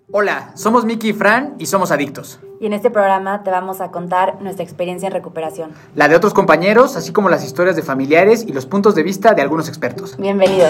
Hola, somos Miki y Fran y somos adictos. Y en este programa te vamos a contar nuestra experiencia en recuperación. La de otros compañeros, así como las historias de familiares y los puntos de vista de algunos expertos. Bienvenidos.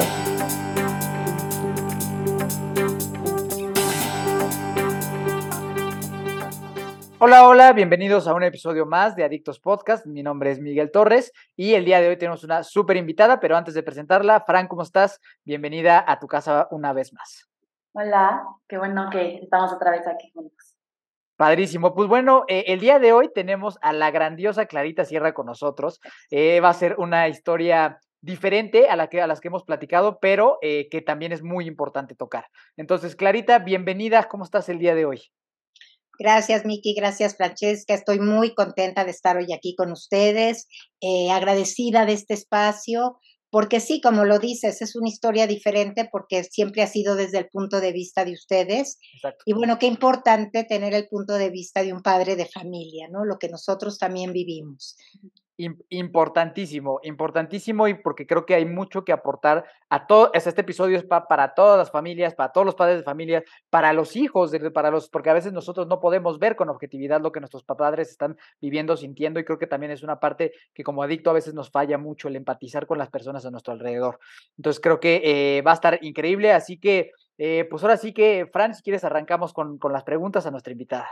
Hola, bienvenidos a un episodio más de Adictos Podcast. Mi nombre es Miguel Torres y el día de hoy tenemos una súper invitada, pero antes de presentarla, Fran, ¿cómo estás? Bienvenida a tu casa una vez más. Hola, qué bueno que estamos otra vez aquí juntos. Padrísimo. Pues bueno, el día de hoy tenemos a la grandiosa Clarita Sierra con nosotros. Va a ser una historia diferente a las que hemos platicado, pero que también es muy importante tocar. Entonces, Clarita, bienvenida. ¿Cómo estás el día de hoy? Gracias, Miki, gracias, Francesca. Estoy muy contenta de estar hoy aquí con ustedes, agradecida de este espacio, porque sí, como lo dices, es una historia diferente porque siempre ha sido desde el punto de vista de ustedes. Exacto. Y bueno, qué importante tener el punto de vista de un padre de familia, ¿no? Lo que nosotros también vivimos. Importantísimo, importantísimo, y porque creo que hay mucho que aportar a todo. Este episodio es para todas las familias, para todos los padres de familias, para los hijos, porque a veces nosotros no podemos ver con objetividad lo que nuestros padres están viviendo, sintiendo, y creo que también es una parte que como adicto a veces nos falla mucho, el empatizar con las personas a nuestro alrededor. Entonces creo que va a estar increíble, así que pues ahora sí que, Fran, si quieres arrancamos con las preguntas a nuestra invitada.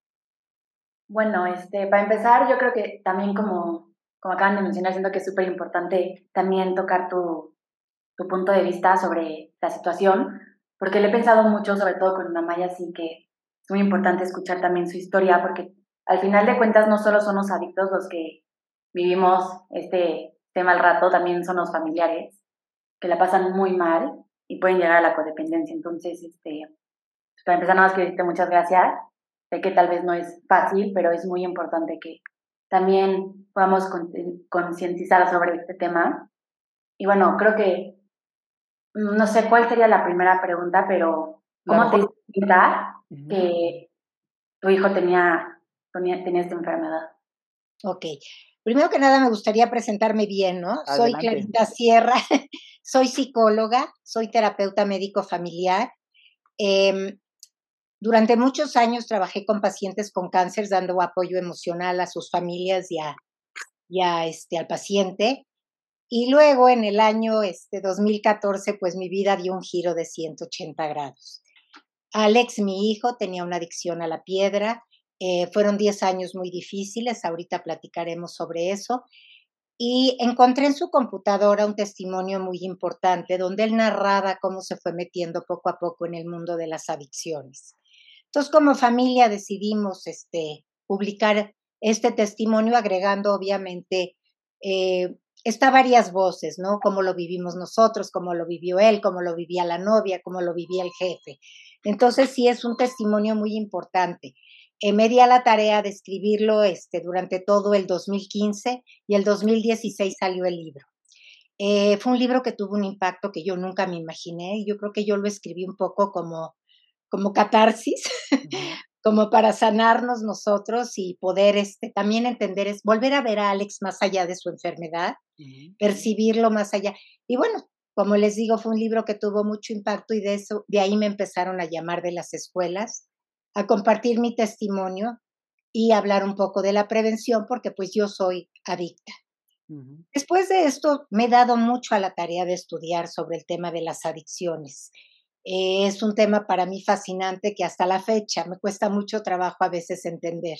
Bueno, para empezar, yo creo que también como acaban de mencionar, siento que es súper importante también tocar tu punto de vista sobre la situación, porque le he pensado mucho, sobre todo con mi mamá y así, que es muy importante escuchar también su historia, porque al final de cuentas no solo son los adictos los que vivimos este mal rato, también son los familiares, que la pasan muy mal y pueden llegar a la codependencia. Entonces, pues para empezar, nada más que decirte muchas gracias. Sé que tal vez no es fácil, pero es muy importante que también podamos concientizar sobre este tema. Y bueno, creo que no sé cuál sería la primera pregunta, pero ¿cómo te diste cuenta que tu hijo tenía esta enfermedad? Ok. Primero que nada, me gustaría presentarme bien, ¿no? Adelante. Soy Clarita Sierra, soy psicóloga, soy terapeuta médico familiar. Durante muchos años trabajé con pacientes con cáncer, dando apoyo emocional a sus familias al paciente. Y luego en el año 2014, pues mi vida dio un giro de 180 grados. Alex, mi hijo, tenía una adicción a la piedra. Fueron 10 años muy difíciles, ahorita platicaremos sobre eso. Y encontré en su computadora un testimonio muy importante donde él narraba cómo se fue metiendo poco a poco en el mundo de las adicciones. Entonces, como familia decidimos publicar este testimonio, agregando obviamente está varias voces, ¿no? Cómo lo vivimos nosotros, cómo lo vivió él, cómo lo vivía la novia, cómo lo vivía el jefe. Entonces, sí es un testimonio muy importante. Me di a la tarea de escribirlo durante todo el 2015 y el 2016 salió el libro. Fue un libro que tuvo un impacto que yo nunca me imaginé y yo creo que yo lo escribí un poco como catarsis, como para sanarnos nosotros y poder también entender, volver a ver a Alex más allá de su enfermedad, percibirlo más allá. Y bueno, como les digo, fue un libro que tuvo mucho impacto y de ahí me empezaron a llamar de las escuelas, a compartir mi testimonio y hablar un poco de la prevención, porque pues yo soy adicta. Después de esto, me he dado mucho a la tarea de estudiar sobre el tema de las adicciones. Es un tema para mí fascinante que hasta la fecha me cuesta mucho trabajo a veces entender.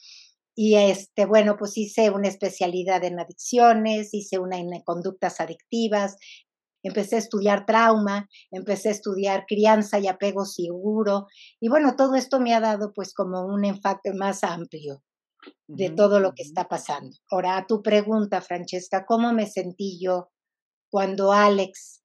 Y bueno, pues hice una especialidad en adicciones, hice una en conductas adictivas, empecé a estudiar trauma, empecé a estudiar crianza y apego seguro. Y bueno, todo esto me ha dado pues como un enfoque más amplio de todo lo que está pasando. Ahora, a tu pregunta, Francesca, ¿cómo me sentí yo cuando Alex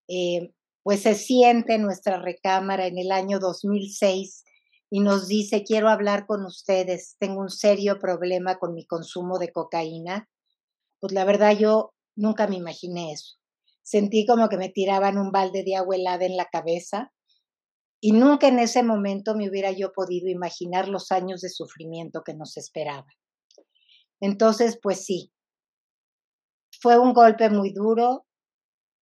pues se siente en nuestra recámara en el año 2006 y nos dice, quiero hablar con ustedes, tengo un serio problema con mi consumo de cocaína? Pues la verdad yo nunca me imaginé eso. Sentí como que me tiraban un balde de agua helada en la cabeza y nunca en ese momento me hubiera yo podido imaginar los años de sufrimiento que nos esperaban. Entonces, pues sí, fue un golpe muy duro.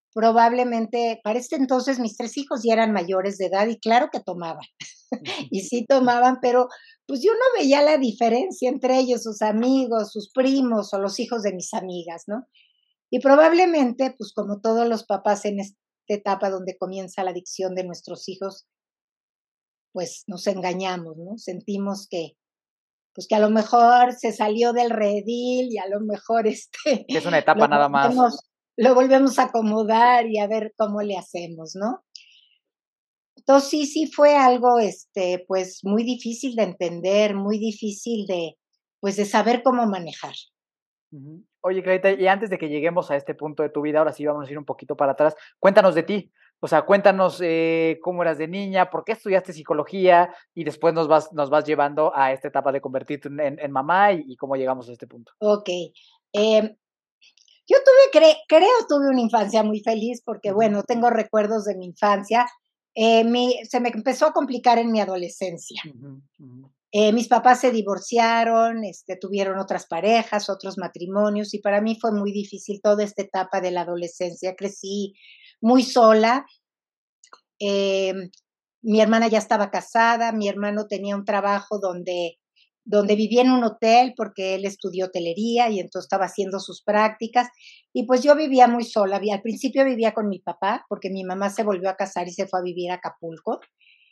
probablemente, para este entonces mis 3 hijos ya eran mayores de edad y claro que tomaban. Y sí tomaban, pero pues yo no veía la diferencia entre ellos, sus amigos, sus primos o los hijos de mis amigas, ¿no? Y probablemente, pues como todos los papás en esta etapa donde comienza la adicción de nuestros hijos, pues nos engañamos, ¿no? Sentimos que, pues que a lo mejor se salió del redil y a lo mejor Que es una lo etapa nada más. volvemos, lo volvemos a acomodar y a ver cómo le hacemos, ¿no? Entonces sí fue algo, pues muy difícil de entender, muy difícil de, pues de saber cómo manejar. Ujú. Oye, Clarita, y antes de que lleguemos a este punto de tu vida, ahora sí vamos a ir un poquito para atrás. Cuéntanos de ti. O sea, cuéntanos cómo eras de niña, por qué estudiaste psicología y después nos vas llevando a esta etapa de convertirte en mamá y cómo llegamos a este punto. Ok. em, yo creo tuve una infancia muy feliz porque, Ujú, bueno, tengo recuerdos de mi infancia. Se me empezó a complicar en mi adolescencia. ujú, ujú, Mis papás se divorciaron, tuvieron otras parejas, otros matrimonios, y para mí fue muy difícil toda esta etapa de la adolescencia. Crecí muy sola. em, Mi hermana ya estaba casada, mi hermano tenía un trabajo donde vivía en un hotel porque él estudió hotelería y entonces estaba haciendo sus prácticas. Y pues yo vivía muy sola. Al principio vivía con mi papá porque mi mamá se volvió a casar y se fue a vivir a Acapulco.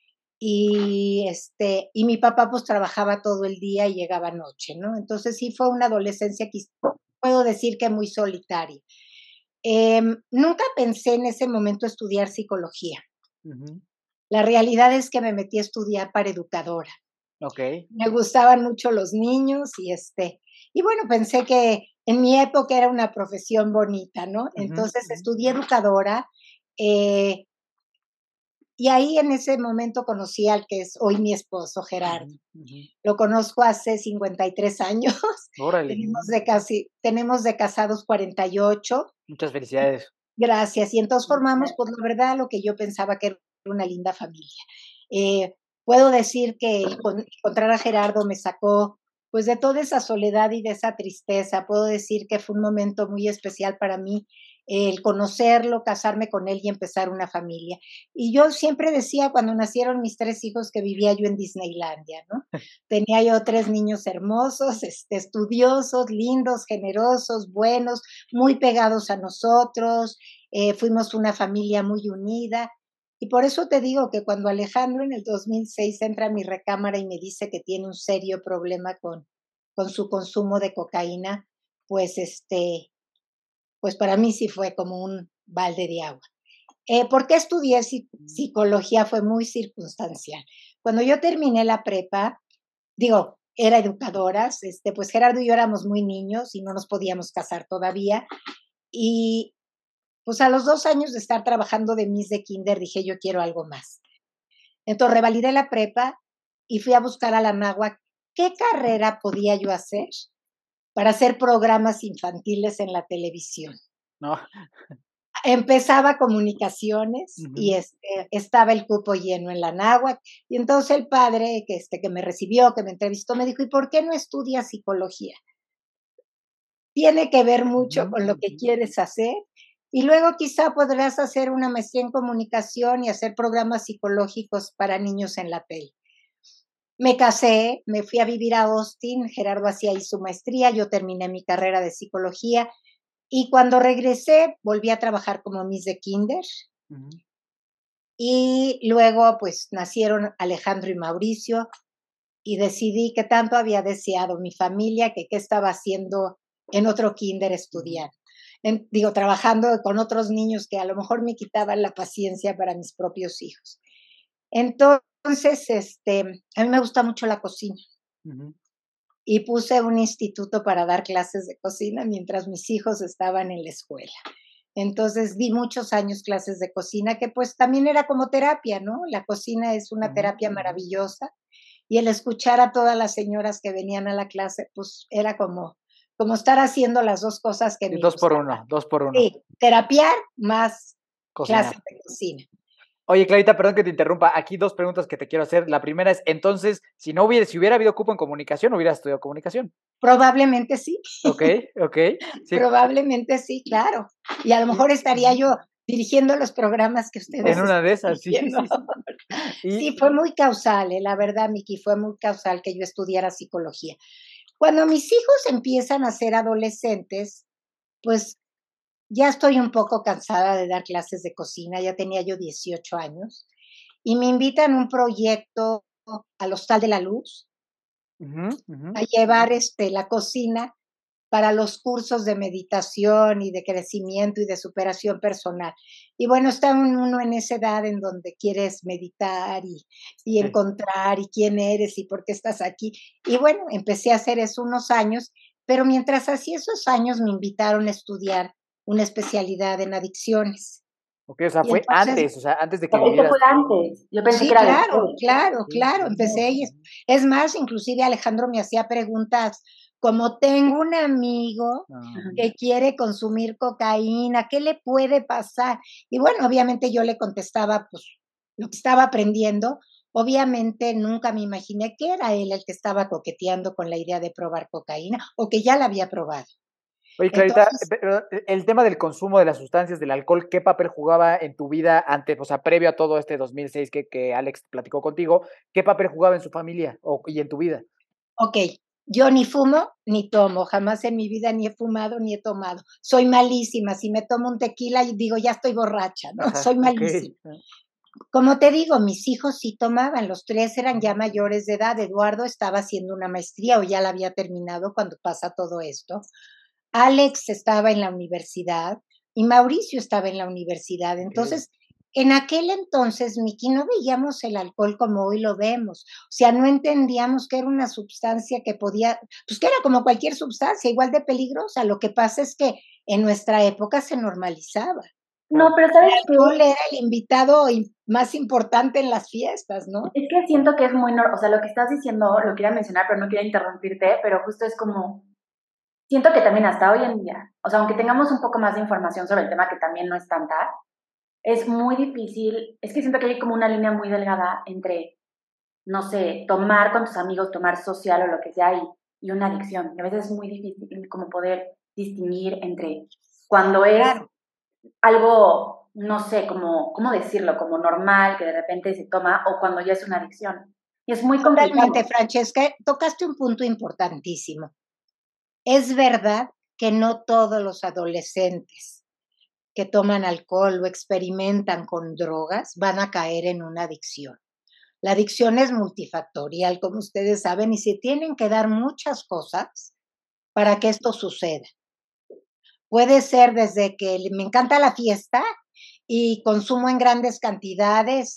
Y mi papá pues trabajaba todo el día y llegaba noche, ¿no? Entonces sí fue una adolescencia que puedo decir que muy solitaria. Nunca pensé en ese momento estudiar psicología. ujú. La realidad es que me metí a estudiar para educadora. Ok. Me gustaban mucho los niños y bueno, pensé que en mi época era una profesión bonita, ¿no? Ujú, Entonces ujú, estudié educadora. Eh, y ahí en ese momento conocí al que es hoy mi esposo, Gerardo. ujú, ujú. Lo conozco hace 53 años. Órale. Tenemos de casados 48. Muchas felicidades. Gracias. Y entonces formamos, pues, la verdad, lo que yo pensaba que era una linda familia. Eh, Puedo decir que encontrar a Gerardo me sacó, pues, de toda esa soledad y de esa tristeza. Puedo decir que fue un momento muy especial para mí, el conocerlo, casarme con él y empezar una familia. Y yo siempre decía cuando nacieron mis 3 hijos que vivía yo en Disneylandia, ¿no? Tenía yo 3 niños hermosos, estudiosos, lindos, generosos, buenos, muy pegados a nosotros. Fuimos una familia muy unida. Y por eso te digo que cuando Alejandro en el 2006 entra a mi recámara y me dice que tiene un serio problema con su consumo de cocaína, pues, pues para mí sí fue como un balde de agua. ¿Por qué estudié psicología? Fue muy circunstancial. Cuando yo terminé la prepa, digo, era educadoras, pues Gerardo y yo éramos muy niños y no nos podíamos casar todavía. Y pues a los 2 años de estar trabajando de Miss de Kinder dije, yo quiero algo más. Entonces revalidé la prepa y fui a buscar a la náhuatl qué carrera podía yo hacer para hacer programas infantiles en la televisión. ¿No? Empezaba comunicaciones y Ujú, estaba el cupo lleno en la náhuatl. Y entonces el padre que me recibió, que me entrevistó, me dijo, ¿y por qué no estudias psicología? Tiene que ver ujú, mucho con lo que ujú. quieres hacer. Y luego quizá podrás hacer una maestría en comunicación y hacer programas psicológicos para niños en la tele. Me casé, me fui a vivir a Austin, Gerardo hacía ahí su maestría, yo terminé mi carrera de psicología y cuando regresé volví a trabajar como Miss de Kinder Ujú. y luego pues nacieron Alejandro y Mauricio y decidí que tanto había deseado mi familia que qué estaba haciendo en otro kinder Ujú. estudiando. Digo, trabajando con otros niños que a lo mejor me quitaban la paciencia para mis propios hijos. Entonces, a mí me gusta mucho la cocina Ujú. y puse un instituto para dar clases de cocina mientras mis hijos estaban en la escuela. Entonces di muchos años clases de cocina, que pues también era como terapia, ¿no? La cocina es una Ujú, terapia ujú. maravillosa y el escuchar a todas las señoras que venían a la clase, pues era como estar haciendo las 2 cosas que Sí, me 2 por gustaban. 1, 2 por 1. Sí, terapiar más Cocinar. clases de cocina. Oye, Clarita, perdón que te interrumpa. Aquí 2 preguntas que te quiero hacer. La primera es, entonces, si hubiera habido cupo en comunicación, hubieras estudiado comunicación. Probablemente sí, Okey, okey. Sí. probablemente sí, claro. Y a lo Y mejor estaría ujú. yo dirigiendo los programas que ustedes En una están de esas, sí, sí, dirigiendo. sí. Sí, fue muy causal, la verdad, Miki, fue muy causal que yo estudiara psicología. Cuando mis hijos empiezan a ser adolescentes, pues ya estoy un poco cansada de dar clases de cocina, ya tenía yo 18 años, y me invitan a un proyecto al Hostal de la Luz Ujú, ujú. a llevar la cocina para los cursos de meditación y de crecimiento y de superación personal. Y bueno, está uno en esa edad en donde quieres meditar y Sí. encontrar y quién eres y por qué estás aquí. Y bueno, empecé a hacer eso unos años, pero mientras hacía esos años me invitaron a estudiar una especialidad en adicciones. Okey, o sea, Y fue entonces antes, o sea, antes de que Esto vivieras. fue antes. Yo pensé que sí, era claro, después. claro, Sí, claro, sí, empecé y ujú. es más, inclusive Alejandro me hacía preguntas como: "Tengo un amigo Ah, Ajá. que quiere consumir cocaína, ¿qué le puede pasar?". Y bueno, obviamente yo le contestaba, pues, lo que estaba aprendiendo. Obviamente nunca me imaginé que era él el que estaba coqueteando con la idea de probar cocaína o que ya la había probado. Oye, Clarita, Entonces, pero el tema del consumo de las sustancias, del alcohol, ¿qué papel jugaba en tu vida antes, o sea, previo a todo este 2006 que Alex platicó contigo? ¿Qué papel jugaba en su familia y en tu vida? okey, yo ni fumo ni tomo, jamás en mi vida ni he fumado ni he tomado. Soy malísima, si me tomo un tequila y digo: "Ya estoy borracha", ¿no? Ajá, Soy malísima. okey. Como te digo, mis hijos sí tomaban, los 3 eran ya mayores de edad. Eduardo estaba haciendo una maestría o ya la había terminado cuando pasa todo esto. Alex estaba en la universidad y Mauricio estaba en la universidad. Okey. Entonces, en aquel entonces, Miki, no veíamos el alcohol como hoy lo vemos. O sea, no entendíamos que era una sustancia que podía, pues que era como cualquier sustancia, igual de peligrosa. Lo que pasa es que en nuestra época se normalizaba. No, Claro. pero El ¿sabes qué? alcohol era el invitado más importante en las fiestas, ¿no? Es que siento que es muy, o sea, lo que estás diciendo lo quería mencionar, pero no quería interrumpirte, pero justo es como, siento que también hasta hoy en día, o sea, aunque tengamos un poco más de información sobre el tema, que también no es tanta, es muy difícil, es que siento que hay como una línea muy delgada entre, no sé, tomar con tus amigos, tomar social o lo que sea, y una adicción. Y a veces es muy difícil como poder distinguir entre cuando es Claro, algo, no sé, como, ¿cómo decirlo? Como normal, que de repente se toma, o cuando ya es una adicción. Y es muy totalmente, complicado. Francesca, tocaste un punto importantísimo. Es verdad que no todos los adolescentes que toman alcohol o experimentan con drogas van a caer en una adicción. La adicción es multifactorial, como ustedes saben, y se tienen que dar muchas cosas para que esto suceda. Puede ser desde que me encanta la fiesta y consumo en grandes cantidades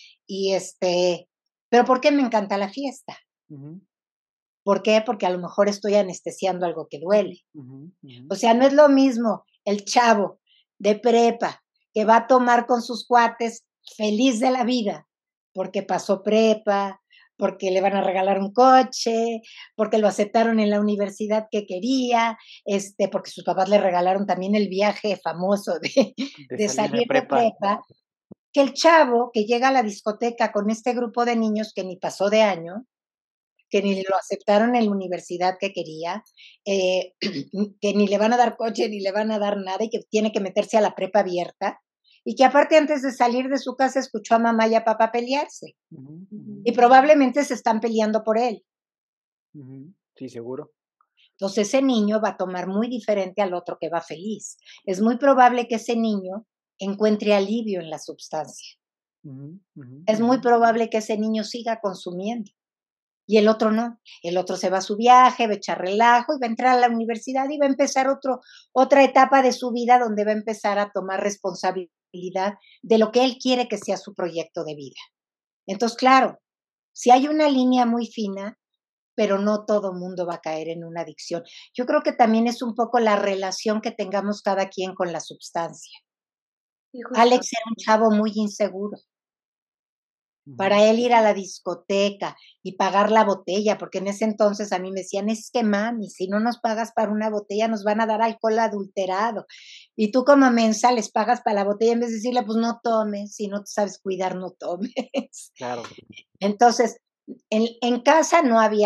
pero ¿por qué me encanta la fiesta? Ujú, ¿Por qué? Porque a lo mejor estoy anestesiando algo que duele. ujú, ujú. O sea, no es lo mismo el chavo de prepa que va a tomar con sus cuates feliz de la vida porque pasó prepa, porque le van a regalar un coche, porque lo aceptaron en la universidad que quería, porque sus papás le regalaron también el viaje famoso de, De de salir de salir de prepa. prepa, que el chavo que llega a la discoteca con este grupo de niños que ni pasó de año, que ni lo aceptaron en la universidad que quería, que ni le van a dar coche, ni le van a dar nada, y que tiene que meterse a la prepa abierta, y que aparte antes de salir de su casa escuchó a mamá y a papá pelearse, Ujú, ujú, y probablemente se están peleando por él. ujú. Sí, seguro. Entonces ese niño va a tomar muy diferente al otro que va feliz. Es muy probable que ese niño encuentre alivio en la sustancia. Ujú, ujú, Es muy ujú. probable que ese niño siga consumiendo. Y el otro no. El otro se va a su viaje, va a echar relajo y va a entrar a la universidad y va a empezar otra etapa de su vida donde va a empezar a tomar responsabilidad de lo que él quiere que sea su proyecto de vida. Entonces, claro, si hay una línea muy fina, pero no todo mundo va a caer en una adicción. Yo creo que también es un poco la relación que tengamos cada quien con la sustancia. Sí, justo. Alex era un chavo muy inseguro. Ujú. Para él ir a la discoteca y pagar la botella, porque en ese entonces a mí me decían: "Es que mami, si no nos pagas para una botella, nos van a dar alcohol adulterado. Y tú como mensa les pagas para la botella, en vez de decirle: 'Pues no tomes, si no te sabes cuidar, no tomes'". Claro. Entonces, en casa no había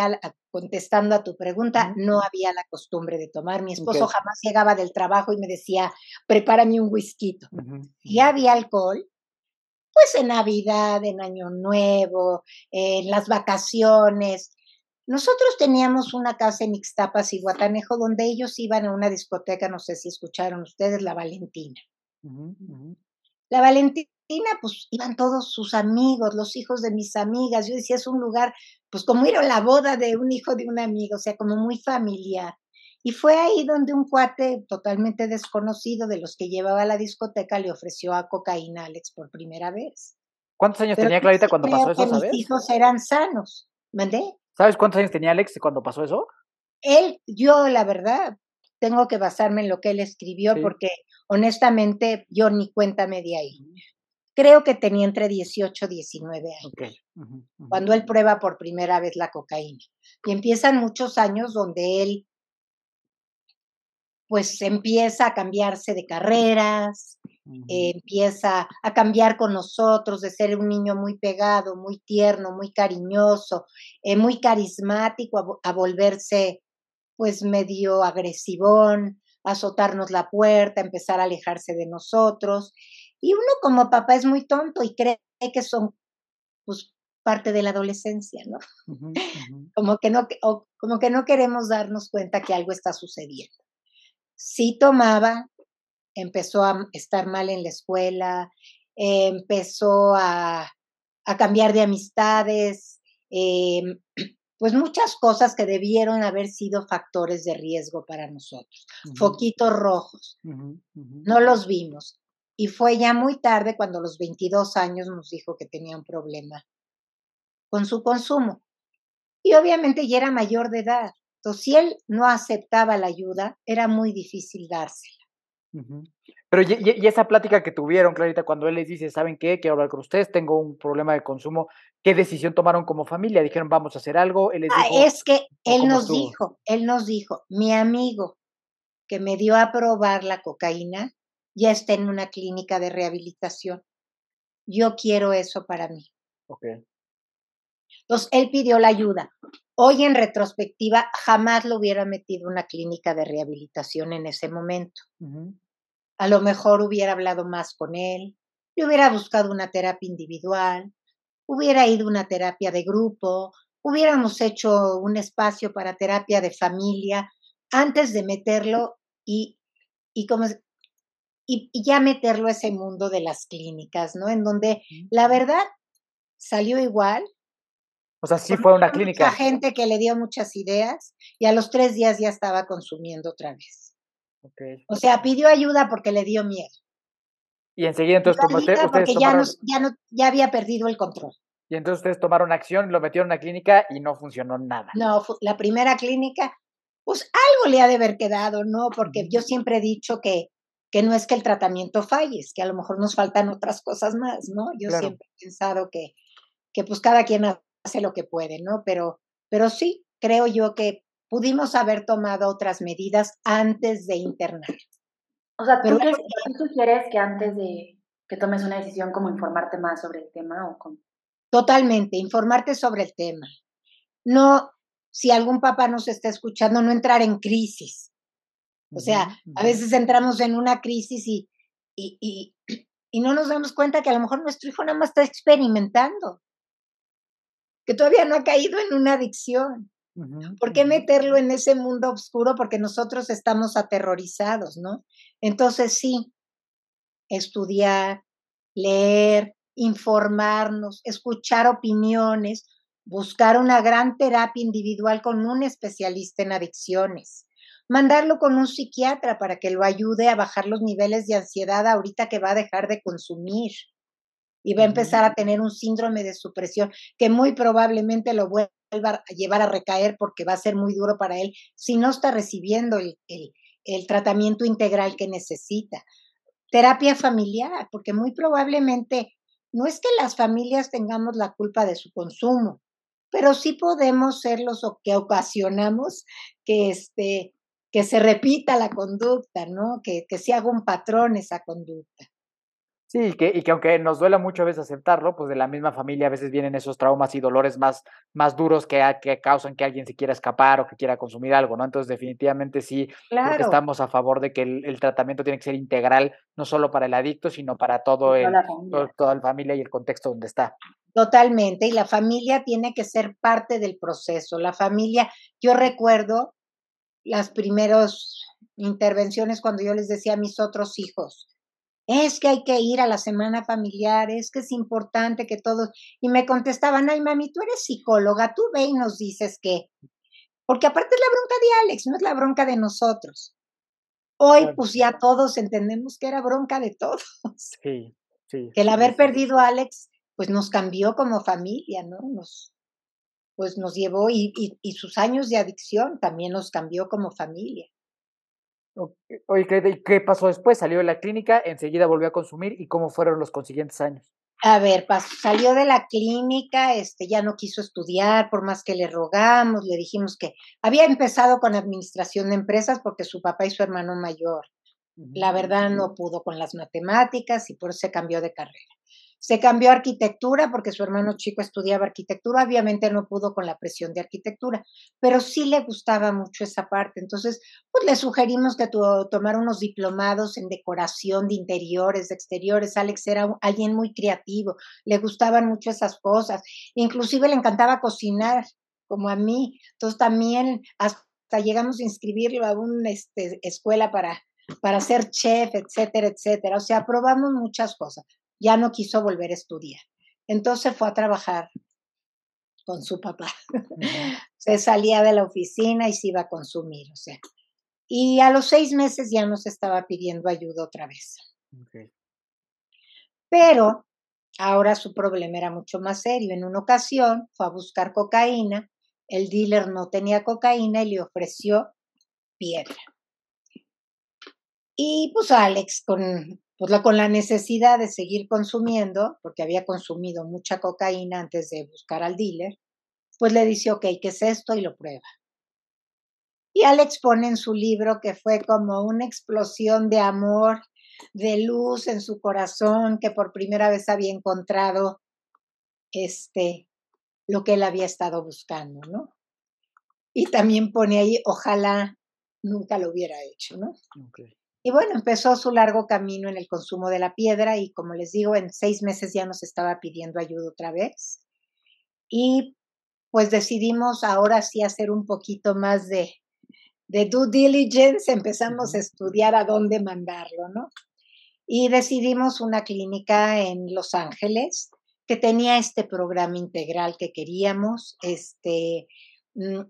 contestando a tu pregunta, Ujú. no había la costumbre de tomar. Mi esposo Okey. jamás llegaba del trabajo y me decía: "Prepárame un whisky". Ujú, Si ujú. había alcohol, pues en Navidad, en Año Nuevo, en las vacaciones. Nosotros teníamos una casa en Ixtapas y Guatanejo donde ellos iban a una discoteca, no sé si escucharon ustedes, La Valentina. Ujú, ujú. La Valentina, pues iban todos sus amigos, los hijos de mis amigas. Yo decía, es un lugar, pues como ir a la boda de un hijo de un amigo, o sea, como muy familiar. Y fue ahí donde un cuate totalmente desconocido de los que llevaba a la discoteca le ofreció a cocaína a Alex por primera vez. ¿Cuántos años Pero tenía yo Clarita sí cuando pasó creo eso, que mis sabes? hijos eran sanos. ¿Mandé? ¿Sabes cuántos años tenía Alex cuando pasó eso? Yo la verdad, tengo que basarme en lo que él escribió Sí. porque honestamente yo ni cuenta me di ahí. Ujú. Creo que tenía entre 18 y 19 Okey. años, Ujú, ujú, cuando él prueba por primera vez la cocaína. Y empiezan muchos años donde él, pues, empieza a cambiarse de carreras, ujú, empieza a cambiar con nosotros, de ser un niño muy pegado, muy tierno, muy cariñoso, muy carismático, a volverse, pues, medio agresivón, a azotarnos la puerta, a empezar a alejarse de nosotros. Y uno como papá es muy tonto y cree que son, pues, parte de la adolescencia, ¿no? ujú, ujú. Como que no queremos darnos cuenta que algo está sucediendo. Sí tomaba, empezó a estar mal en la escuela, empezó a cambiar de amistades, pues muchas cosas que debieron haber sido factores de riesgo para nosotros, Ujú, foquitos rojos, ujú, ujú. no los vimos. Y fue ya muy tarde cuando a los 22 años nos dijo que tenía un problema con su consumo. Y obviamente ya era mayor de edad. Entonces, si él no aceptaba la ayuda, era muy difícil dársela. Ujú. Pero, y esa plática que tuvieron, Clarita, cuando él les dice: "¿Saben qué? Quiero hablar con ustedes, tengo un problema de consumo", ¿qué decisión tomaron como familia? ¿Dijeron: "Vamos a hacer algo"? Él les dijo, Es que ¿o cómo estuvo? él nos dijo, mi amigo que me dio a probar la cocaína ya está en una clínica de rehabilitación. Yo quiero eso para mí. Okey. Entonces, él pidió la ayuda. Hoy en retrospectiva, jamás lo hubiera metido en una clínica de rehabilitación en ese momento. Ujú, A lo mejor hubiera hablado más con él, le hubiera buscado una terapia individual, hubiera ido a una terapia de grupo, hubiéramos hecho un espacio para terapia de familia antes de meterlo y, y, como, y ya meterlo a ese mundo de las clínicas, ¿no? En donde ujú. la verdad salió igual. O sea, sí fue a una Conozco mucha clínica. gente que le dio muchas ideas y a los 3 días ya estaba consumiendo otra vez. Okey. O sea, pidió ayuda porque le dio miedo. Y enseguida, entonces, Pidió tomó ayuda ustedes porque tomaron ya había perdido el control. y entonces ustedes tomaron acción, lo metieron a una clínica y no funcionó nada. No, la primera clínica, pues algo le ha de haber quedado, ¿no? Porque Ujú. yo siempre he dicho que no es que el tratamiento falle, es que a lo mejor nos faltan otras cosas más, ¿no? Yo Claro. siempre he pensado que pues cada quien hace lo que puede, ¿no? Pero sí, creo yo que pudimos haber tomado otras medidas antes de internar. O sea, Pero ¿tú sugieres que antes de que tomes una decisión, como informarte más sobre el tema o cómo? totalmente, informarte sobre el tema. No, si algún papá nos está escuchando, no entrar en crisis. O Ujú, sea, a ujú. veces entramos en una crisis y, y, y no nos damos cuenta que a lo mejor nuestro hijo nada más está experimentando, que todavía no ha caído en una adicción. Ujú, ¿Por qué ujú. meterlo en ese mundo oscuro? Porque nosotros estamos aterrorizados, ¿no? Entonces sí, estudiar, leer, informarnos, escuchar opiniones, buscar una gran terapia individual con un especialista en adicciones, mandarlo con un psiquiatra para que lo ayude a bajar los niveles de ansiedad ahorita que va a dejar de consumir y va a Ujú. empezar a tener un síndrome de supresión que muy probablemente lo vuelva a llevar a recaer porque va a ser muy duro para él si no está recibiendo el tratamiento integral que necesita. Terapia familiar, porque muy probablemente no es que las familias tengamos la culpa de su consumo, pero sí podemos ser los que ocasionamos que, que se repita la conducta, ¿no? Que se haga un patrón esa conducta. Sí, y que aunque nos duela mucho a veces aceptarlo, pues de la misma familia a veces vienen esos traumas y dolores más duros que causan que alguien se quiera escapar o que quiera consumir algo, ¿no? Entonces, definitivamente sí, creo que Claro, estamos a favor de que el tratamiento tiene que ser integral, no solo para el adicto, sino para de toda la familia. toda la familia y el contexto donde está. totalmente. Y la familia tiene que ser parte del proceso. La familia, yo recuerdo las primeras intervenciones cuando yo les decía a mis otros hijos, es que hay que ir a la semana familiar, es que es importante que todos, y me contestaban, ay mami, tú eres psicóloga, tú ve y nos dices que, porque aparte es la bronca de Alex, no es la bronca de nosotros. Hoy Claro. pues ya todos entendemos que era bronca de todos, Sí, sí, que el sí, haber sí. perdido a Alex pues nos cambió como familia, ¿no? Pues nos llevó y sus años de adicción también nos cambió como familia. Oye, ¿qué pasó después? Salió de la clínica, enseguida volvió a consumir, ¿y cómo fueron los consiguientes años? A ver, salió de la clínica, ya no quiso estudiar, por más que le rogamos, le dijimos que había empezado con administración de empresas porque su papá y su hermano mayor, Ujú. la verdad, no pudo con las matemáticas y por eso se cambió de carrera. Se cambió a arquitectura porque su hermano chico estudiaba arquitectura, obviamente no pudo con la presión de arquitectura, pero sí le gustaba mucho esa parte. Entonces, pues le sugerimos que tomara unos diplomados en decoración de interiores, de exteriores. Alex era alguien muy creativo, le gustaban mucho esas cosas, inclusive le encantaba cocinar, como a mí. Entonces también hasta llegamos a inscribirlo a una escuela para ser chef, etcétera, etcétera. O sea, probamos muchas cosas. Ya no quiso volver a estudiar. Entonces fue a trabajar con su papá. Ujú. Se salía de la oficina y se iba a consumir, o sea. Y a los 6 meses ya nos estaba pidiendo ayuda otra vez. Okey. Pero ahora su problema era mucho más serio. En una ocasión fue a buscar cocaína, el dealer no tenía cocaína y le ofreció piedra. Y pues Alex, con la necesidad de seguir consumiendo, porque había consumido mucha cocaína antes de buscar al dealer, pues le dice, ok, ¿qué es esto? Y lo prueba. Y Alex pone en su libro que fue como una explosión de amor, de luz en su corazón, que por primera vez había encontrado este, lo que él había estado buscando, ¿no? Y también pone ahí, ojalá nunca lo hubiera hecho, ¿no? Okey. Y bueno, empezó su largo camino en el consumo de la piedra y como les digo, en 6 meses ya nos estaba pidiendo ayuda otra vez. Y pues decidimos ahora sí hacer un poquito más de due diligence, empezamos a Ujú. estudiar a dónde mandarlo, ¿no? Y decidimos una clínica en Los Ángeles que tenía este programa integral que queríamos, mm,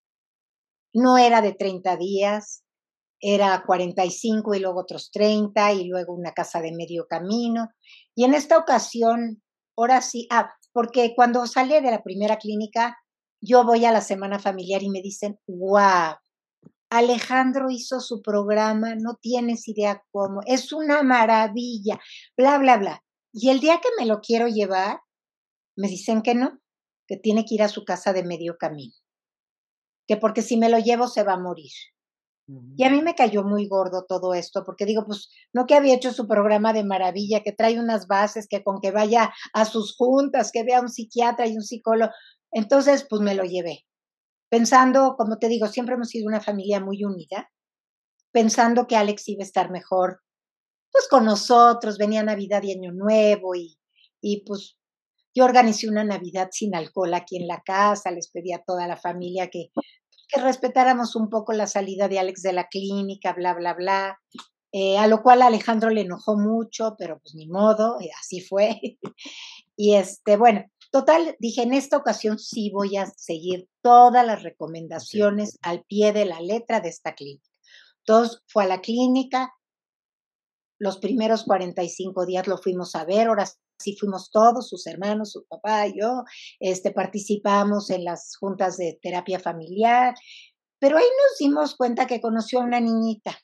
no era de 30 días, era 45 y luego otros 30 y luego una casa de medio camino. Y en esta ocasión, ahora sí, porque cuando salí de la primera clínica, yo voy a la semana familiar y me dicen, wow, Alejandro hizo su programa, no tienes idea cómo, es una maravilla, bla, bla, bla. Y el día que me lo quiero llevar, me dicen que no, que tiene que ir a su casa de medio camino, que porque si me lo llevo se va a morir. Ujú. Y a mí me cayó muy gordo todo esto, porque digo, pues, no que había hecho su programa de maravilla, que trae unas bases, que con que vaya a sus juntas, que vea un psiquiatra y un psicólogo. Entonces, pues me lo llevé, pensando, como te digo, siempre hemos sido una familia muy unida, pensando que Alex iba a estar mejor, pues con nosotros, venía Navidad y Año Nuevo y pues yo organicé una Navidad sin alcohol aquí en la casa, les pedí a toda la familia que respetáramos un poco la salida de Alex de la clínica, bla, bla, bla. A lo cual a Alejandro le enojó mucho, pero pues ni modo, así fue. Y bueno, total, dije, en esta ocasión sí voy a seguir todas las Okey. recomendaciones al pie de la letra de esta clínica. Entonces fue a la clínica, los primeros 45 días lo fuimos a ver, ahora sí fuimos todos, sus hermanos, su papá y yo, participamos en las juntas de terapia familiar, pero ahí nos dimos cuenta que conoció a una niñita.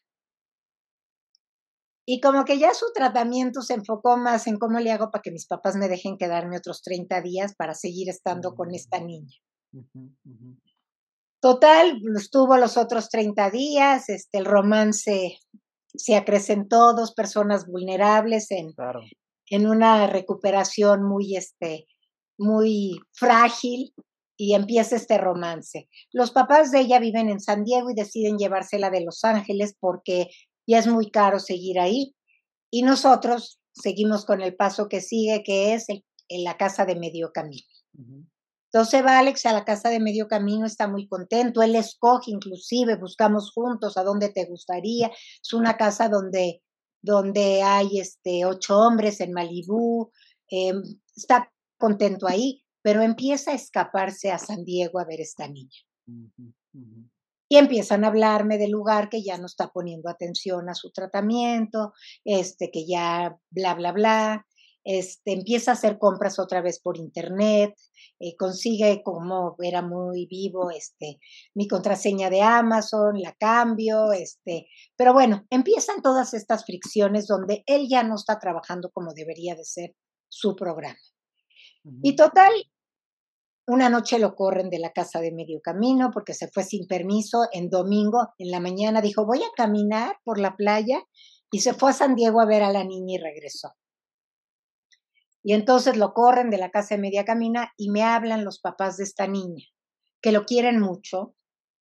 Y como que ya su tratamiento se enfocó más en cómo le hago para que mis papás me dejen quedarme otros 30 días para seguir estando con esta Mm. niña. Ujú, ujú. Total, estuvo los otros 30 días, el romance se acrecentó, 2 personas vulnerables Claro. en una recuperación muy frágil y empieza este romance. Los papás de ella viven en San Diego y deciden llevársela de Los Ángeles porque ya es muy caro seguir ahí. Y nosotros seguimos con el paso que sigue, que es en la casa de medio camino. Ujú. Entonces va Alex a la casa de medio camino, está muy contento, él escoge, inclusive buscamos juntos a dónde te gustaría. Es una casa donde hay 8 hombres en Malibú, está contento ahí, pero empieza a escaparse a San Diego a ver esta niña. Ujú, ujú. Y empiezan a hablarme del lugar que ya no está poniendo atención a su tratamiento, que ya bla, bla, bla. Empieza a hacer compras otra vez por internet, consigue, como era muy vivo, mi contraseña de Amazon, la cambio, pero bueno, empiezan todas estas fricciones donde él ya no está trabajando como debería de ser su programa. Y Ujú. total, una noche lo corren de la casa de medio camino porque se fue sin permiso en domingo, en la mañana dijo, voy a caminar por la playa y se fue a San Diego a ver a la niña y regresó. Y entonces lo corren de la casa de media camina y me hablan los papás de esta niña, que lo quieren mucho,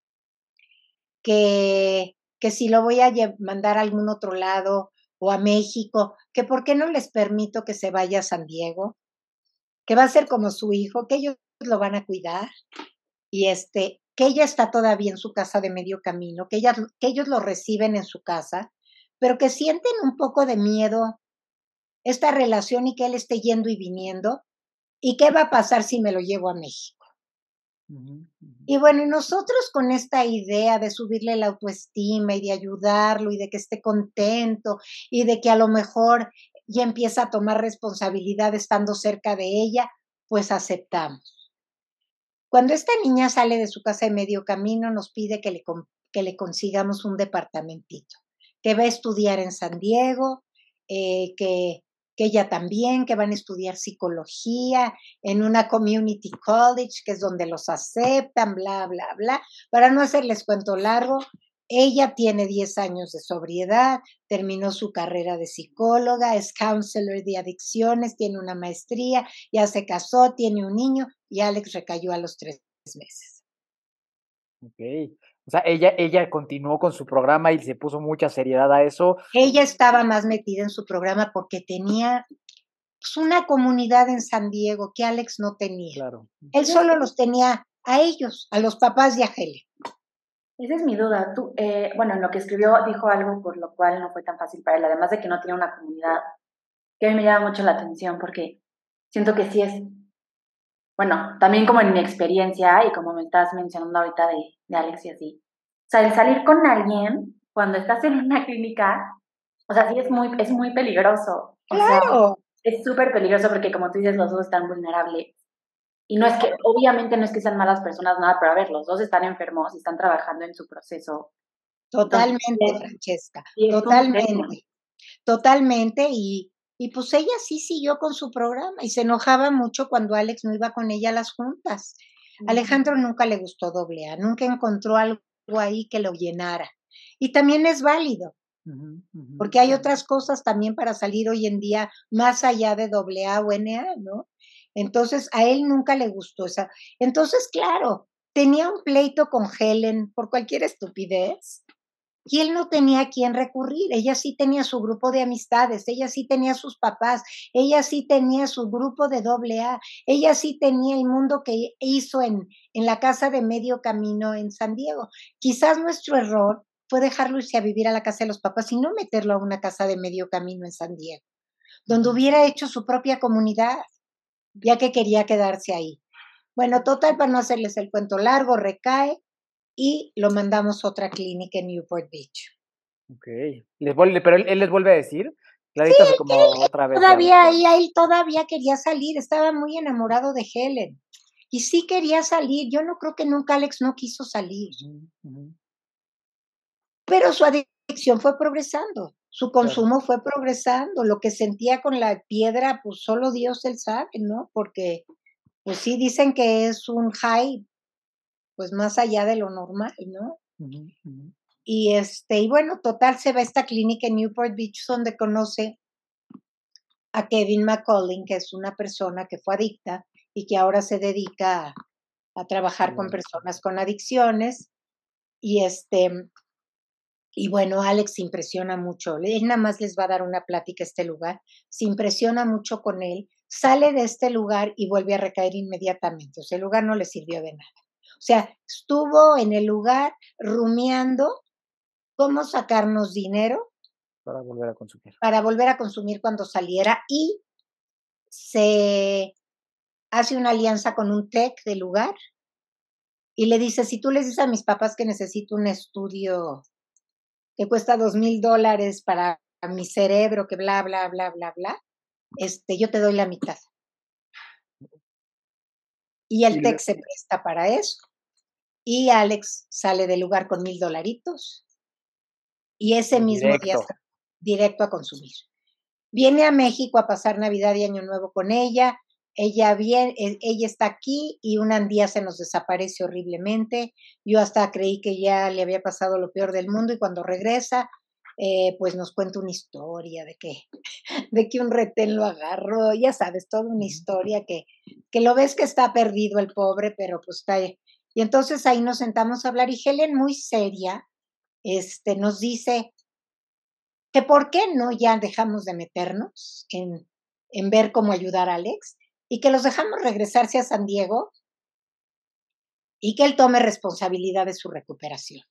que si lo voy a mandar a algún otro lado o a México, que por qué no les permito que se vaya a San Diego, que va a ser como su hijo, que ellos lo van a cuidar. Y que ella está todavía en su casa de medio camino, que ellos lo reciben en su casa, pero que sienten un poco de miedo esta relación y que él esté yendo y viniendo, y qué va a pasar si me lo llevo a México. Ujú, ujú. Y bueno, y nosotros con esta idea de subirle la autoestima y de ayudarlo y de que esté contento y de que a lo mejor ya empieza a tomar responsabilidad estando cerca de ella, pues aceptamos. Cuando esta niña sale de su casa de medio camino, nos pide que le consigamos un departamentito, que va a estudiar en San Diego, eh, que, que ella también, que van a estudiar psicología en una community college, que es donde los aceptan, bla, bla, bla. Para no hacerles cuento largo, ella tiene 10 años de sobriedad, terminó su carrera de psicóloga, es counselor de adicciones, tiene una maestría, ya se casó, tiene un niño y Alex recayó a los 3 meses. Okey. O sea, ella continuó con su programa y se puso mucha seriedad a eso. Ella estaba más metida en su programa porque tenía, pues, una comunidad en San Diego que Alex no tenía. Claro. Él Esa es, solo los tenía a ellos, a los papás de a Helen. esa es mi duda. Tú, bueno, en lo que escribió dijo algo por lo cual no fue tan fácil para él, además de que no tiene una comunidad, que a mí me llama mucho la atención porque siento que sí es, bueno, también como en mi experiencia y como me estás mencionando ahorita de Alex y así. O sea, el salir con alguien cuando estás en una clínica, o sea, sí es muy peligroso. O sea, Claro, es súper peligroso porque como tú dices, los dos están vulnerables. Y no es que, obviamente no es que sean malas personas, nada, pero a ver, los dos están enfermos y están trabajando en su proceso. Entonces, totalmente, Francesca, sí es un tema. totalmente, totalmente. Y pues ella sí siguió con su programa y se enojaba mucho cuando Alex no iba con ella a las juntas. Alejandro nunca le gustó doble A, nunca encontró algo ahí que lo llenara. Y también es válido, Ujú, ujú. porque hay otras cosas también para salir hoy en día más allá de doble A o NA, ¿no? Entonces, a él nunca le gustó esa. Entonces, claro, tenía un pleito con Helen por cualquier estupidez y él no tenía a quién recurrir. Ella sí tenía su grupo de amistades, ella sí tenía sus papás, ella sí tenía su grupo de doble A, ella sí tenía el mundo que hizo en la casa de medio camino en San Diego. Quizás nuestro error fue dejarlo irse a vivir a la casa de los papás y no meterlo a una casa de medio camino en San Diego, donde hubiera hecho su propia comunidad, ya que quería quedarse ahí. Bueno, total, para no hacerles el cuento largo, recae y lo mandamos a otra clínica en Newport Beach. Okey. Pero él les vuelve a decir, Sí, Clarita, fue como otra vez ya de todavía, y él todavía quería salir, estaba muy enamorado de Helen. Y sí quería salir, yo no creo que nunca Alex no quiso salir, ujú, ujú, pero su adicción fue progresando, su claro. consumo fue progresando, lo que sentía con la piedra, pues solo Dios él sabe, ¿no? Porque, pues sí dicen que es un high, pues más allá de lo normal, ¿no? Ujú, ujú. Y bueno, total se va a esta clínica en Newport Beach donde conoce a Kevin McCollin, que es una persona que fue adicta y que ahora se dedica a trabajar con personas con adicciones. Y y bueno, Alex se impresiona mucho. Él nada más les va a dar una plática a este lugar, se impresiona mucho con él, sale de este lugar y vuelve a recaer inmediatamente. O sea, el lugar no le sirvió de nada. O sea, estuvo en el lugar rumiando cómo sacarnos dinero Para volver a consumir. para volver a consumir cuando saliera y se hace una alianza con un tech del lugar y le dice, si tú les dices a mis papás que necesito un estudio que cuesta $2,000 para mi cerebro, que bla, bla, bla, bla, bla, yo te doy la mitad. Y Y el tech le se presta para eso. Y Alex sale del lugar con $1,000 y ese mismo día directo. está directo a consumir. Viene a México a pasar Navidad y Año Nuevo con ella. Ella está aquí y un día se nos desaparece horriblemente. Yo hasta creí que ya le había pasado lo peor del mundo y cuando regresa, pues nos cuenta una historia de que un retén lo agarró, ya sabes, toda una historia que lo ves que está perdido el pobre, pero pues está ahí. Y entonces ahí nos sentamos a hablar y Helen muy seria, nos dice, que por qué no ya dejamos de meternos en ver cómo ayudar a Alex y que los dejamos regresarse a San Diego y que él tome responsabilidad de su recuperación.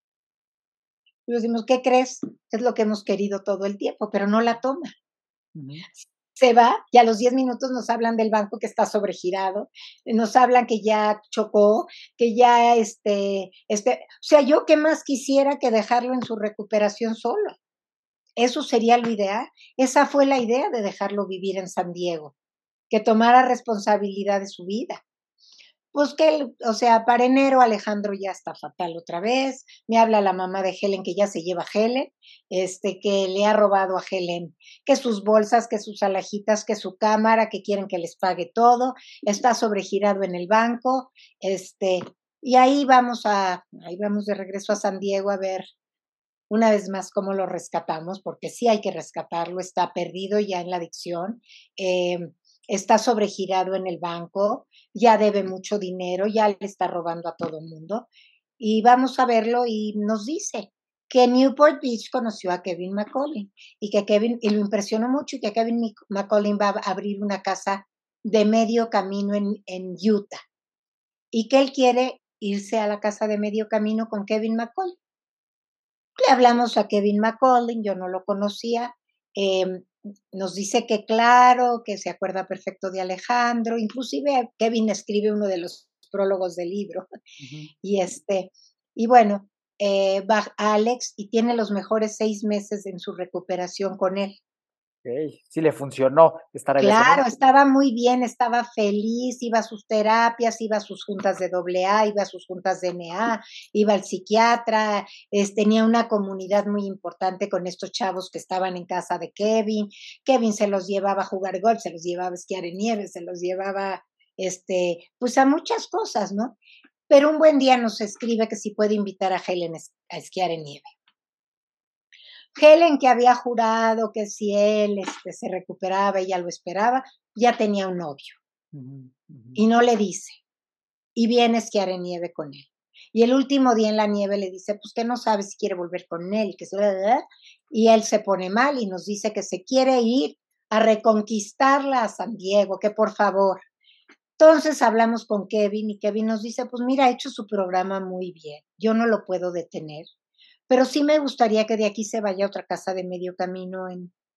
Y decimos, ¿qué crees? Es lo que hemos querido todo el tiempo, pero no la toma. Ujú. Se va y a los 10 minutos nos hablan del banco que está sobregirado, nos hablan que ya chocó, que ya o sea, yo qué más quisiera que dejarlo en su recuperación solo. Eso sería lo ideal. Esa fue la idea de dejarlo vivir en San Diego, que tomara responsabilidad de su vida. Pues o sea, para enero Alejandro ya está fatal otra vez. Me habla la mamá de Helen que ya se lleva a Helen, que le ha robado a Helen, que sus bolsas, que sus alhajitas, que su cámara, que quieren que les pague todo. Está sobregirado en el banco, y ahí vamos de regreso a San Diego a ver una vez más cómo lo rescatamos, porque sí hay que rescatarlo, está perdido ya en la adicción, eh, está sobregirado en el banco, ya debe mucho dinero, ya le está robando a todo el mundo. Y vamos a verlo y nos dice que en Newport Beach conoció a Kevin McCollin y lo impresionó mucho y que Kevin McCollin va a abrir una casa de medio camino en Utah y que él quiere irse a la casa de medio camino con Kevin McCollin. Le hablamos a Kevin McCollin, yo no lo conocía, nos dice que claro, que se acuerda perfecto de Alejandro, inclusive Kevin escribe uno de los prólogos del libro. Ujú. Y y bueno, va Alex y tiene los mejores 6 meses en su recuperación con él. Okey, sí le funcionó estar en ese Claro, momento. estaba muy bien, estaba feliz, iba a sus terapias, iba a sus juntas de AA, iba a sus juntas de NA, iba al psiquiatra, tenía una comunidad muy importante con estos chavos que estaban en casa de Kevin. Kevin se los llevaba a jugar golf, se los llevaba a esquiar en nieve, se los llevaba, pues a muchas cosas, ¿no? Pero un buen día nos escribe que si puede invitar a Helen a esquiar en nieve. Helen, que había jurado que si él se recuperaba, ella lo esperaba, ya tenía un novio Ujú, ujú. y no le dice. Y viene a esquiar en nieve con él. Y el último día en la nieve le dice, pues que no sabe si quiere volver con él. Y él se pone mal y nos dice que se quiere ir a reconquistarla a San Diego, que por favor. Entonces hablamos con Kevin y Kevin nos dice, pues mira, ha hecho su programa muy bien. Yo no lo puedo detener, pero sí me gustaría que de aquí se vaya a otra casa de medio camino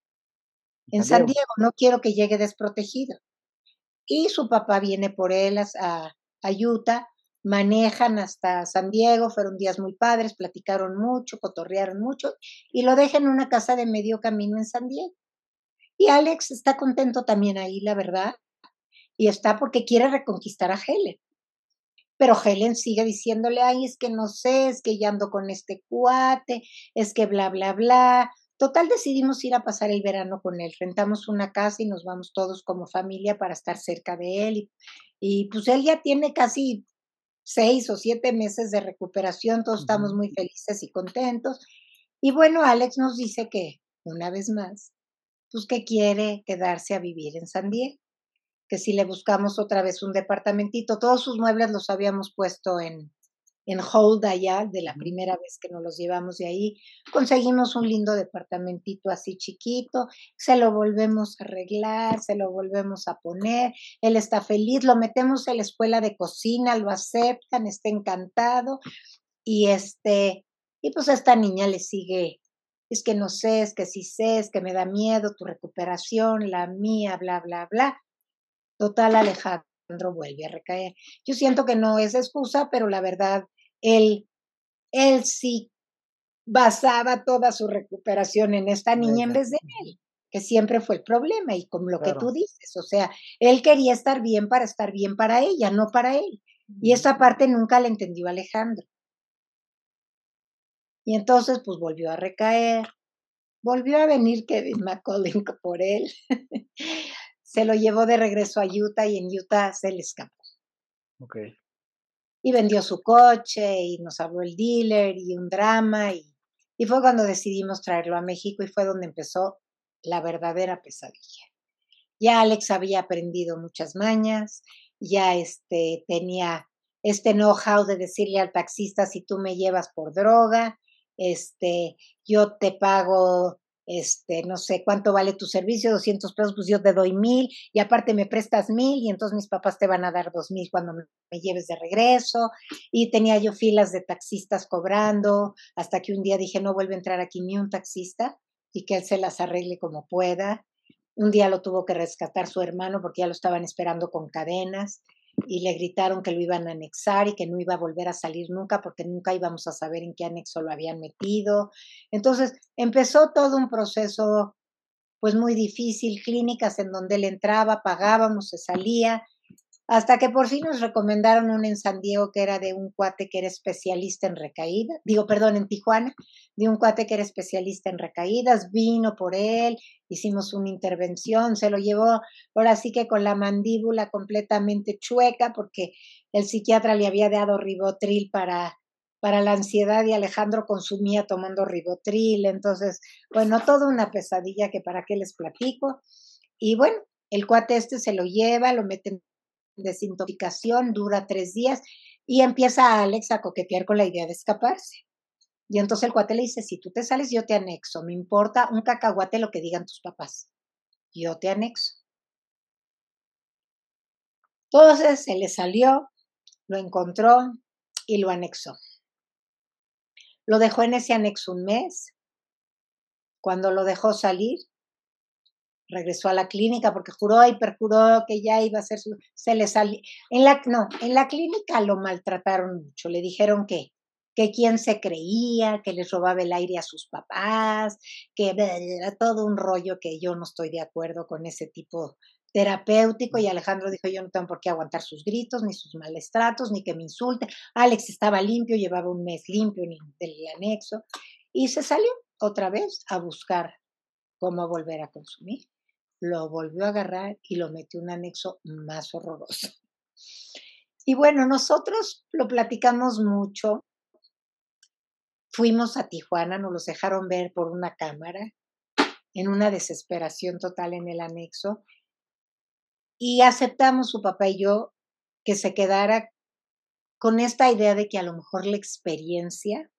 en San San Diego. Diego. No quiero que llegue desprotegido. Y su papá viene por él a Utah, manejan hasta San Diego, fueron días muy padres, platicaron mucho, cotorrearon mucho y lo dejan en una casa de medio camino en San Diego. Y Alex está contento también ahí, la verdad, y está porque quiere reconquistar a Helen. Pero Helen sigue diciéndole, ay, es que no sé, es que ya ando con este cuate, es que bla, bla, bla. Total, decidimos ir a pasar el verano con él. Rentamos una casa y nos vamos todos como familia para estar cerca de él. Y pues él ya tiene casi 6 o 7 meses de recuperación, todos estamos Ujú. muy felices y contentos. Y bueno, Alex nos dice que, una vez más, pues que quiere quedarse a vivir en San Diego, que si le buscamos otra vez un departamentito, todos sus muebles los habíamos puesto en hold allá de la primera vez que nos los llevamos de ahí. Conseguimos un lindo departamentito así chiquito, se lo volvemos a arreglar, se lo volvemos a poner, él está feliz, lo metemos en la escuela de cocina, lo aceptan, está encantado y y pues a esta niña le sigue, es que no sé, es que sí sé, es que me da miedo tu recuperación, la mía, bla, bla, bla. Total, Alejandro vuelve a recaer. Yo siento que no es excusa, pero la verdad, él él sí basaba toda su recuperación en esta niña en Esa, vez de él, que siempre fue el problema, y como lo que tú claro. dices, o sea, él quería estar bien para ella, no para él. Y esa parte nunca la entendió Alejandro. Y entonces, pues, volvió a recaer, volvió a venir Kevin McCollum por él. Se lo llevó de regreso a Utah y en Utah se le escapó. Okey. Y vendió su coche y nos habló el dealer y un drama y fue cuando decidimos traerlo a México y fue donde empezó la verdadera pesadilla. Ya Alex había aprendido muchas mañas, ya, tenía este know-how de decirle al taxista: "Si tú me llevas por droga, yo te pago, no sé cuánto vale tu servicio, $200, pues yo te doy 1000 y aparte me prestas 1000 y entonces mis papás te van a dar 2000 cuando me lleves de regreso". Y tenía yo filas de taxistas cobrando, hasta que un día dije: "No vuelve a entrar aquí ni un taxista y que él se las arregle como pueda". Un día lo tuvo que rescatar su hermano porque ya lo estaban esperando con cadenas y le gritaron que lo iban a anexar y que no iba a volver a salir nunca porque nunca íbamos a saber en qué anexo lo habían metido. Entonces empezó todo un proceso pues muy difícil, clínicas en donde él entraba, pagábamos, se salía, hasta que por fin nos recomendaron una en San Diego que era de un cuate que era especialista en recaídas, digo, perdón, en Tijuana, de un cuate que era especialista en recaídas, vino por él, hicimos una intervención, se lo llevó ahora sí que con la mandíbula completamente chueca, porque el psiquiatra le había dado Ribotril para la ansiedad y Alejandro consumía tomando Ribotril, entonces, bueno, toda una pesadilla que para qué les platico. Y bueno, el cuate se lo lleva, lo meten desintoxicación, dura 3 días y empieza Alex a coquetear con la idea de escaparse. Y entonces el cuate le dice: "Si tú te sales, yo te anexo, me importa un cacahuate lo que digan tus papás, yo te anexo". Entonces se le salió, lo encontró y lo anexó. Lo dejó en ese anexo un mes. Cuando lo dejó salir, regresó a la clínica porque juró y perjuró que ya iba a ser su se le salió en la clínica lo maltrataron mucho, le dijeron que quién se creía, que les robaba el aire a sus papás, que era todo un rollo que yo no estoy de acuerdo con ese tipo terapéutico, y Alejandro dijo: "Yo no tengo por qué aguantar sus gritos, ni sus malos tratos, ni que me insulte". Alex estaba limpio, llevaba un mes limpio en del anexo, y se salió otra vez a buscar cómo volver a consumir. Lo volvió a agarrar y lo metió en un anexo más horroroso. Y bueno, nosotros lo platicamos mucho. Fuimos a Tijuana, nos los dejaron ver por una cámara, en una desesperación total en el anexo, y aceptamos su papá y yo que se quedara con esta idea de que a lo mejor la experiencia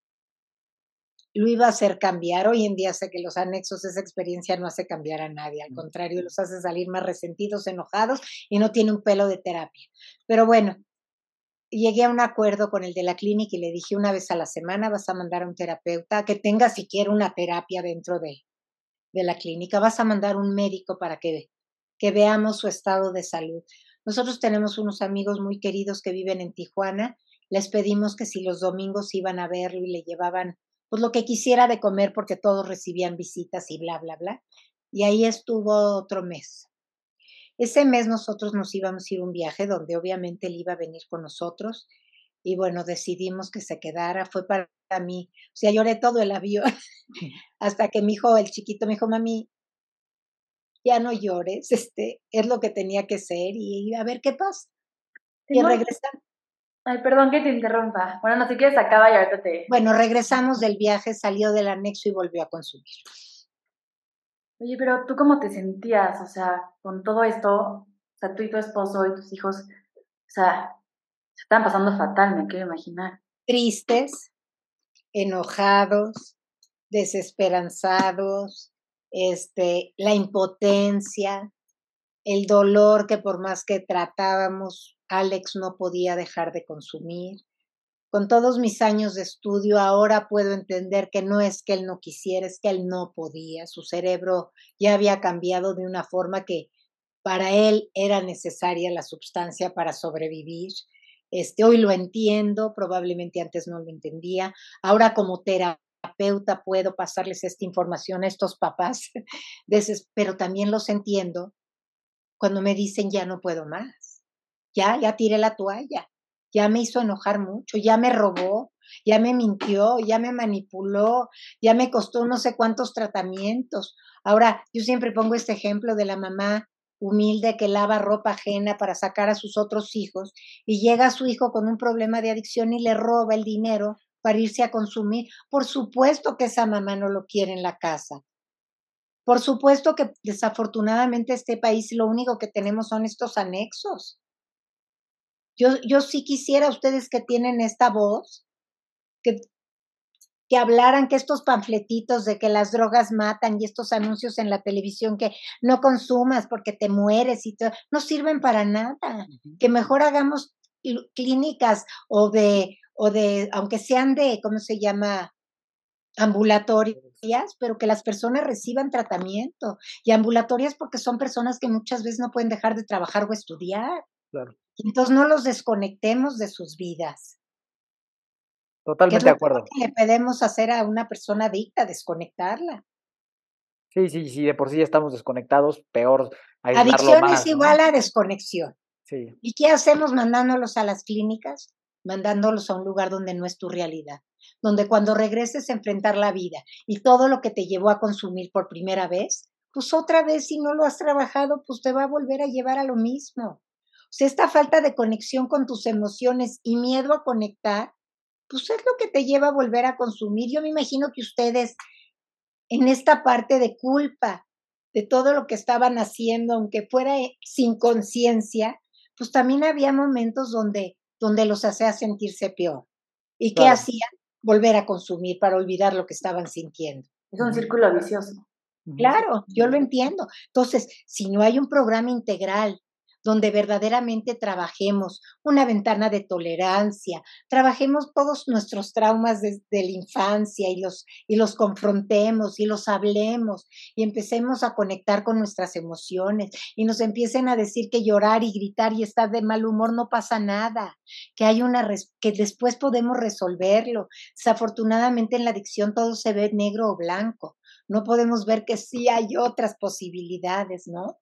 lo iba a hacer cambiar. Hoy en día sé que los anexos, esa experiencia no hace cambiar a nadie, al contrario, los hace salir más resentidos, enojados y no tiene un pelo de terapia. Pero bueno, llegué a un acuerdo con el de la clínica y le dije: "Una vez a la semana vas a mandar a un terapeuta que tenga siquiera una terapia dentro de la clínica, vas a mandar un médico para que veamos su estado de salud". Nosotros tenemos unos amigos muy queridos que viven en Tijuana, les pedimos que si los domingos iban a verlo y le llevaban, pues, lo que quisiera de comer, porque todos recibían visitas y bla, bla, bla. Y ahí estuvo otro mes. Ese mes nosotros nos íbamos a ir a un viaje donde obviamente él iba a venir con nosotros y bueno, decidimos que se quedara, fue para mí, o sea, lloré todo el avión hasta que mi hijo, el chiquito, me dijo: "Mami, ya no llores, es lo que tenía que ser y a ver qué pasa". Y Tengo ay, perdón que te interrumpa. Bueno, no, si quieres acaba y ahorita te regresamos del viaje, salió del anexo y volvió a consumir. Oye, pero ¿tú cómo te sentías? O sea, con todo esto, o sea, tú y tu esposo y tus hijos, o sea, se estaban pasando fatal, me quiero imaginar. Tristes, enojados, desesperanzados, la impotencia, el dolor que por más que tratábamos, Alex no podía dejar de consumir. Con todos mis años de estudio, ahora puedo entender que no es que él no quisiera, es que él no podía. Su cerebro ya había cambiado de una forma que para él era necesaria la sustancia para sobrevivir. Hoy lo entiendo, probablemente antes no lo entendía. Ahora como terapeuta puedo pasarles esta información a estos papás, pero también los entiendo cuando me dicen ya no puedo más, ya tiré la toalla, ya me hizo enojar mucho, ya me robó, ya me mintió, ya me manipuló, ya me costó no sé cuántos tratamientos. Ahora, yo siempre pongo este ejemplo de la mamá humilde que lava ropa ajena para sacar a sus otros hijos y llega su hijo con un problema de adicción y le roba el dinero para irse a consumir. Por supuesto que esa mamá no lo quiere en la casa. Por supuesto que desafortunadamente este país lo único que tenemos son estos anexos. Yo sí quisiera, ustedes que tienen esta voz, que que hablaran, que estos panfletitos de que las drogas matan y estos anuncios en la televisión que no consumas porque te mueres y todo, no sirven para nada. Ujú. Que mejor hagamos clínicas o de, aunque sean de, ¿cómo se llama? Ambulatorias, pero que las personas reciban tratamiento. Y ambulatorias porque son personas que muchas veces no pueden dejar de trabajar o estudiar. Claro, Entonces, no los desconectemos de sus vidas, que es totalmente de lo peor acuerdo. que le podemos hacer a una persona adicta, desconectarla. Sí, sí, sí, de por sí ya estamos desconectados, peor aislarlo Adicción es más, ¿no? igual a desconexión. Sí, ¿Y qué hacemos mandándolos a las clínicas? Mandándolos a un lugar donde no es tu realidad, donde cuando regreses a enfrentar la vida y todo lo que te llevó a consumir por primera vez, pues otra vez si no lo has trabajado, pues te va a volver a llevar a lo mismo. O sea, esta falta de conexión con tus emociones y miedo a conectar, pues es lo que te lleva a volver a consumir. Yo me imagino que ustedes en esta parte de culpa de todo lo que estaban haciendo, aunque fuera sin conciencia, pues también había momentos donde los hacía sentirse peor. ¿Y qué claro. hacían? Volver a consumir para olvidar lo que estaban sintiendo. Es un Ujú, círculo vicioso. ujú. Claro, yo lo entiendo. Entonces, si no hay un programa integral donde verdaderamente trabajemos una ventana de tolerancia, trabajemos todos nuestros traumas desde la infancia y los confrontemos y los hablemos y empecemos a conectar con nuestras emociones y nos empiecen a decir que llorar y gritar y estar de mal humor no pasa nada, que hay que después podemos resolverlo. Desafortunadamente en la adicción todo se ve negro o blanco, no podemos ver que sí hay otras posibilidades, ¿no?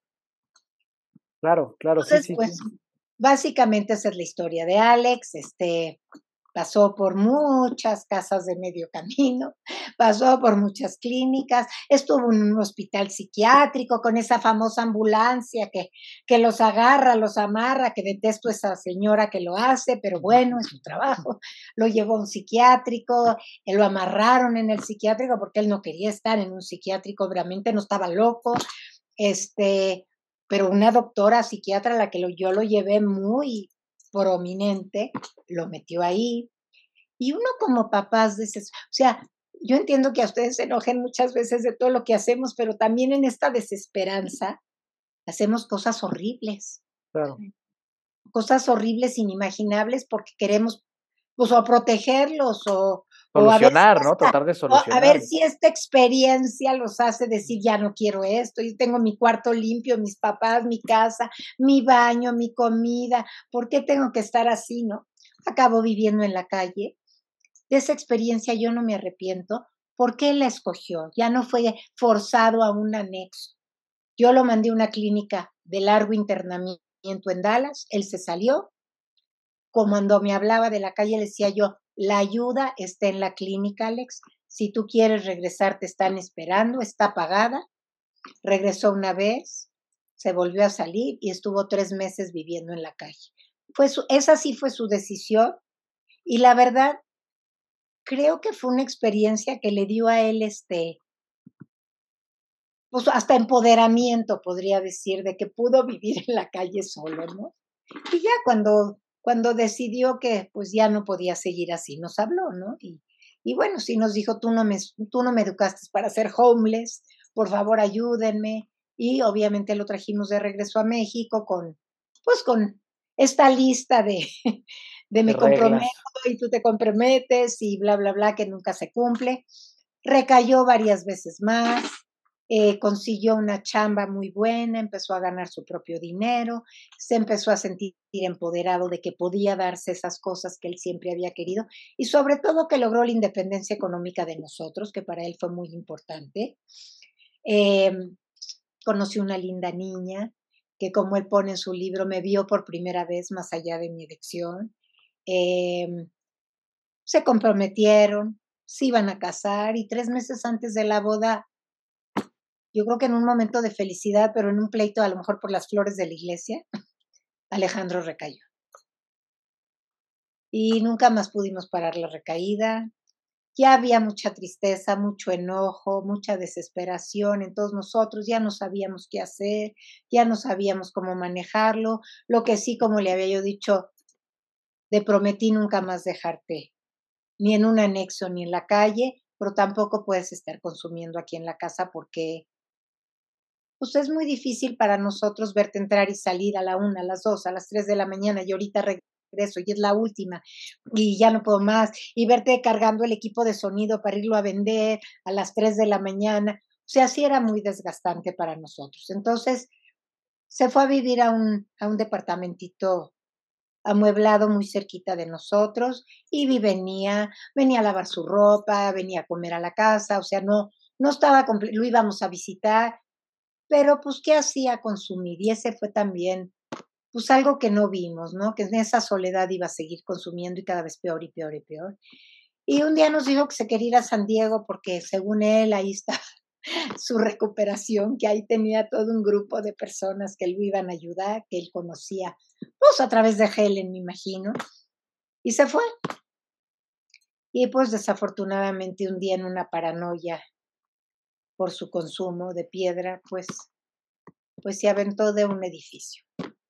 Claro, claro, sí, Entonces, sí, pues, sí. básicamente esa es la historia de Alex, pasó por muchas casas de medio camino, pasó por muchas clínicas, estuvo en un hospital psiquiátrico con esa famosa ambulancia que los agarra, los amarra, que detesto esa señora que lo hace, pero bueno, es su trabajo. Lo llevó a un psiquiátrico, lo amarraron en el psiquiátrico porque él no quería estar en un psiquiátrico, obviamente no estaba loco, este, pero una doctora psiquiatra a la que yo lo llevé muy prominente, lo metió ahí. Y uno como papás dices, o sea, yo entiendo que a ustedes se enojen muchas veces de todo lo que hacemos, pero también en esta desesperanza hacemos Claro. cosas horribles, inimaginables, porque queremos, pues, o protegerlos o a ver si Solucionar, ¿no? Tratar de a ver solucionar. si esta experiencia los hace decir: "Ya no quiero esto, yo tengo mi cuarto limpio, mis papás, mi casa, mi baño, mi comida, ¿por qué tengo que estar así?", ¿no? Acabo viviendo en la calle. De esa experiencia yo no me arrepiento, porque él la escogió, ya no fue forzado a un anexo. Yo lo mandé a una clínica de largo internamiento en Dallas, él se salió. Cuando me hablaba de la calle, le decía yo: "La ayuda está en la clínica, Alex. Si tú quieres regresar, te están esperando, está pagada". Regresó una vez, se volvió a salir y estuvo 3 meses viviendo en la calle. Esa sí fue su decisión, y la verdad, creo que fue una experiencia que le dio a él, pues hasta empoderamiento, podría decir, de que pudo vivir en la calle solo, ¿no? Y ya cuando decidió que pues ya no podía seguir así, nos habló, ¿no? Y bueno, sí nos dijo, tú no me educaste para ser homeless, por favor ayúdenme. Y obviamente lo trajimos de regreso a México pues con esta lista de, de De me comprometo reglas. y tú te comprometes y bla, bla, bla, que nunca se cumple. Recayó varias veces más, consiguió una chamba muy buena, empezó a ganar su propio dinero, se empezó a sentir empoderado de que podía darse esas cosas que él siempre había querido y sobre todo que logró la independencia económica de nosotros, que para él fue muy importante. Eh, Conoció una linda niña que, como él pone en su libro, me vio por primera vez más allá de mi elección. Eh, Se comprometieron, se iban a casar y 3 meses antes de la boda, yo creo que en un momento de felicidad, pero en un pleito, a lo mejor por las flores de la iglesia, Alejandro recayó. Y nunca más pudimos parar la recaída. Ya había mucha tristeza, mucho enojo, mucha desesperación en todos nosotros, ya no sabíamos qué hacer, ya no sabíamos cómo manejarlo. Lo que sí, como le había yo dicho, te prometí nunca más dejarte, ni en un anexo ni en la calle, pero tampoco puedes estar consumiendo aquí en la casa porque pues es muy difícil para nosotros verte entrar y salir a la 1, a las 2, a las 3 de la mañana y ahorita regreso y es la última y ya no puedo más, y verte cargando el equipo de sonido para irlo a vender a las 3 de la mañana. O sea, sí era muy desgastante para nosotros. Entonces, se fue a vivir a un departamentito amueblado muy cerquita de nosotros y venía a lavar su ropa, venía a comer a la casa, o sea, no estaba lo íbamos a visitar, pero, pues, ¿qué hacía? Consumir, y ese fue también, pues, algo que no vimos, ¿no? Que en esa soledad iba a seguir consumiendo y cada vez peor y peor y peor. Y un día nos dijo que se quería ir a San Diego porque, según él, ahí está su recuperación, que ahí tenía todo un grupo de personas que lo iban a ayudar, que él conocía, pues, a través de Helen, me imagino, y se fue. Y, pues, desafortunadamente, un día en una paranoia por su consumo de piedra, pues se aventó de un edificio.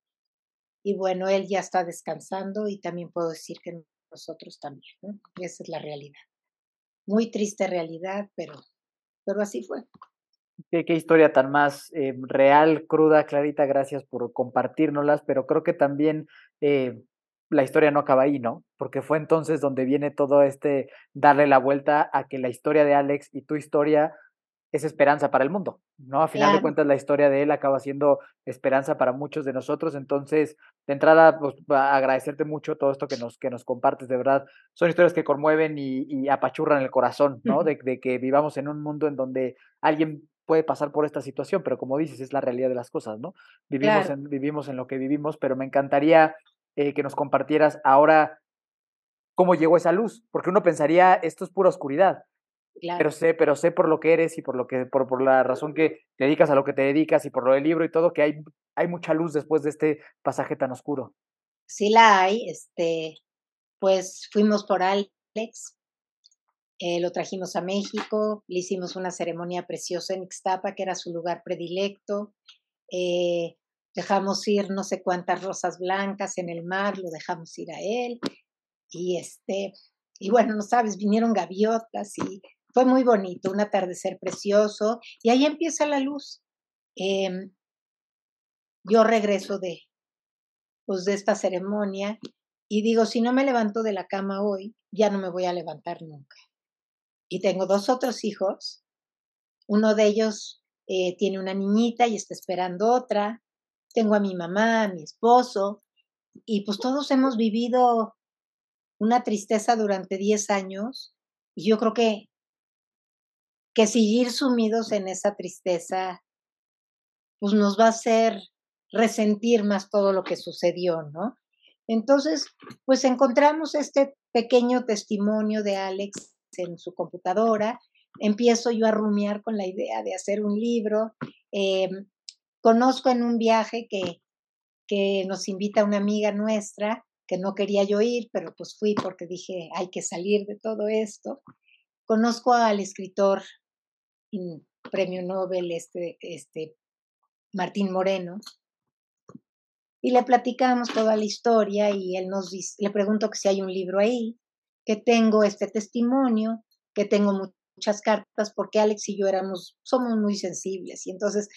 Y bueno, él ya está descansando y también puedo decir que nosotros también, ¿no? Esa es la realidad. Muy triste realidad, pero así fue. Qué historia tan más real, cruda, Clarita, gracias por compartírnoslas, pero creo que también la historia no acaba ahí, ¿no? Porque fue entonces donde viene todo este darle la vuelta a que la historia de Alex y tu historia es esperanza para el mundo, ¿no? A final de Claro, cuentas, la historia de él acaba siendo esperanza para muchos de nosotros. Entonces, de entrada, pues, agradecerte mucho todo esto que nos compartes, de verdad. Son historias que conmueven y apachurran el corazón, ¿no? De que vivamos en un mundo en donde alguien puede pasar por esta situación, pero como dices, es la realidad de las cosas, ¿no? claro, Vivimos en lo que vivimos, pero me encantaría que nos compartieras ahora cómo llegó esa luz, porque uno pensaría, esto es pura oscuridad, claro. pero sé por lo que eres y por la razón que te dedicas a lo que te dedicas y por lo del libro y todo, que hay mucha luz después de este pasaje tan oscuro. Sí la hay, pues fuimos por Alex, lo trajimos a México, le hicimos una ceremonia preciosa en Ixtapa, que era su lugar predilecto. eh, Dejamos ir no sé cuántas rosas blancas en el mar, lo dejamos ir a él. Y y bueno, no sabes, vinieron gaviotas y fue muy bonito, un atardecer precioso, y ahí empieza la luz. Em, yo regreso pues, de esta ceremonia y digo, si no me levanto de la cama hoy, ya no me voy a levantar nunca. Y tengo 2 otros hijos, uno de ellos, tiene una niñita y está esperando otra, tengo a mi mamá, a mi esposo, y pues todos hemos vivido una tristeza durante 10 años, y yo creo que seguir sumidos en esa tristeza, pues nos va a hacer resentir más todo lo que sucedió, ¿no? Entonces, pues encontramos este pequeño testimonio de Alex en su computadora, empiezo yo a rumiar con la idea de hacer un libro, conozco en un viaje que nos invita una amiga nuestra, que no quería yo ir, pero pues fui porque dije, hay que salir de todo esto. Conozco al escritor premio Nobel, Martín Moreno, y le platicamos toda la historia y él nos dice, le pregunto que si hay un libro ahí, que tengo este testimonio, que tengo muchas cartas, porque Alex y yo somos muy sensibles y entonces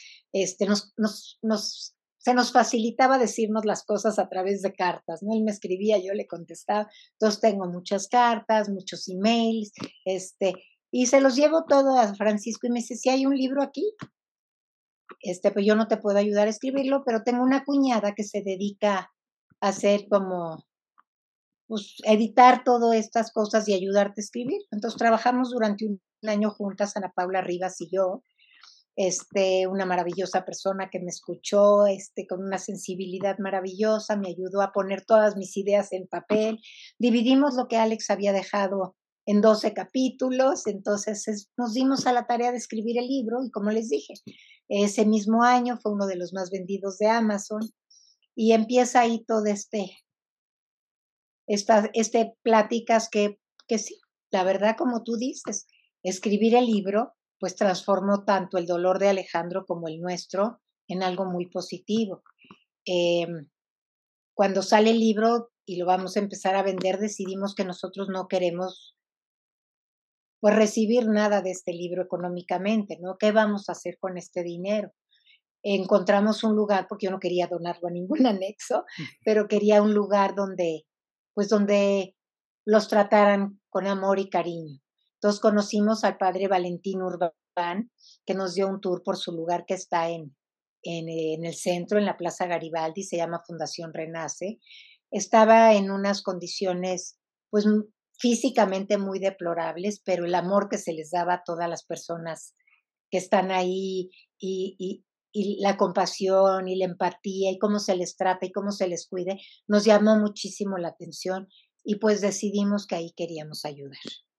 se nos facilitaba decirnos las cosas a través de cartas, ¿no? Él me escribía, yo le contestaba, entonces tengo muchas cartas, muchos emails, y se los llevo todo a Francisco y me dice, si hay un libro aquí, pues yo no te puedo ayudar a escribirlo, pero tengo una cuñada que se dedica a hacer como, pues, editar todas estas cosas y ayudarte a escribir. Entonces trabajamos durante un año juntas, Ana Paula Rivas y yo, una maravillosa persona que me escuchó, con una sensibilidad maravillosa, me ayudó a poner todas mis ideas en papel. Dividimos lo que Alex había dejado en 12 capítulos, entonces nos dimos a la tarea de escribir el libro y como les dije, ese mismo año fue uno de los más vendidos de Amazon y empieza ahí todo pláticas que sí, la verdad, como tú dices, escribir el libro, pues transformó tanto el dolor de Alejandro como el nuestro en algo muy positivo. Cuando sale el libro y lo vamos a empezar a vender, decidimos que nosotros no queremos pues recibir nada de este libro económicamente, ¿no? ¿Qué vamos a hacer con este dinero? Encontramos un lugar, porque yo no quería donarlo a ningún anexo, pero quería un lugar donde los trataran con amor y cariño. Entonces conocimos al padre Valentín Urbán, que nos dio un tour por su lugar que está en el centro, en la Plaza Garibaldi, se llama Fundación Renace. Estaba en unas condiciones, pues físicamente muy deplorables, pero el amor que se les daba a todas las personas que están ahí y la compasión y la empatía y cómo se les trata y cómo se les cuide, nos llamó muchísimo la atención y pues decidimos que ahí queríamos ayudar.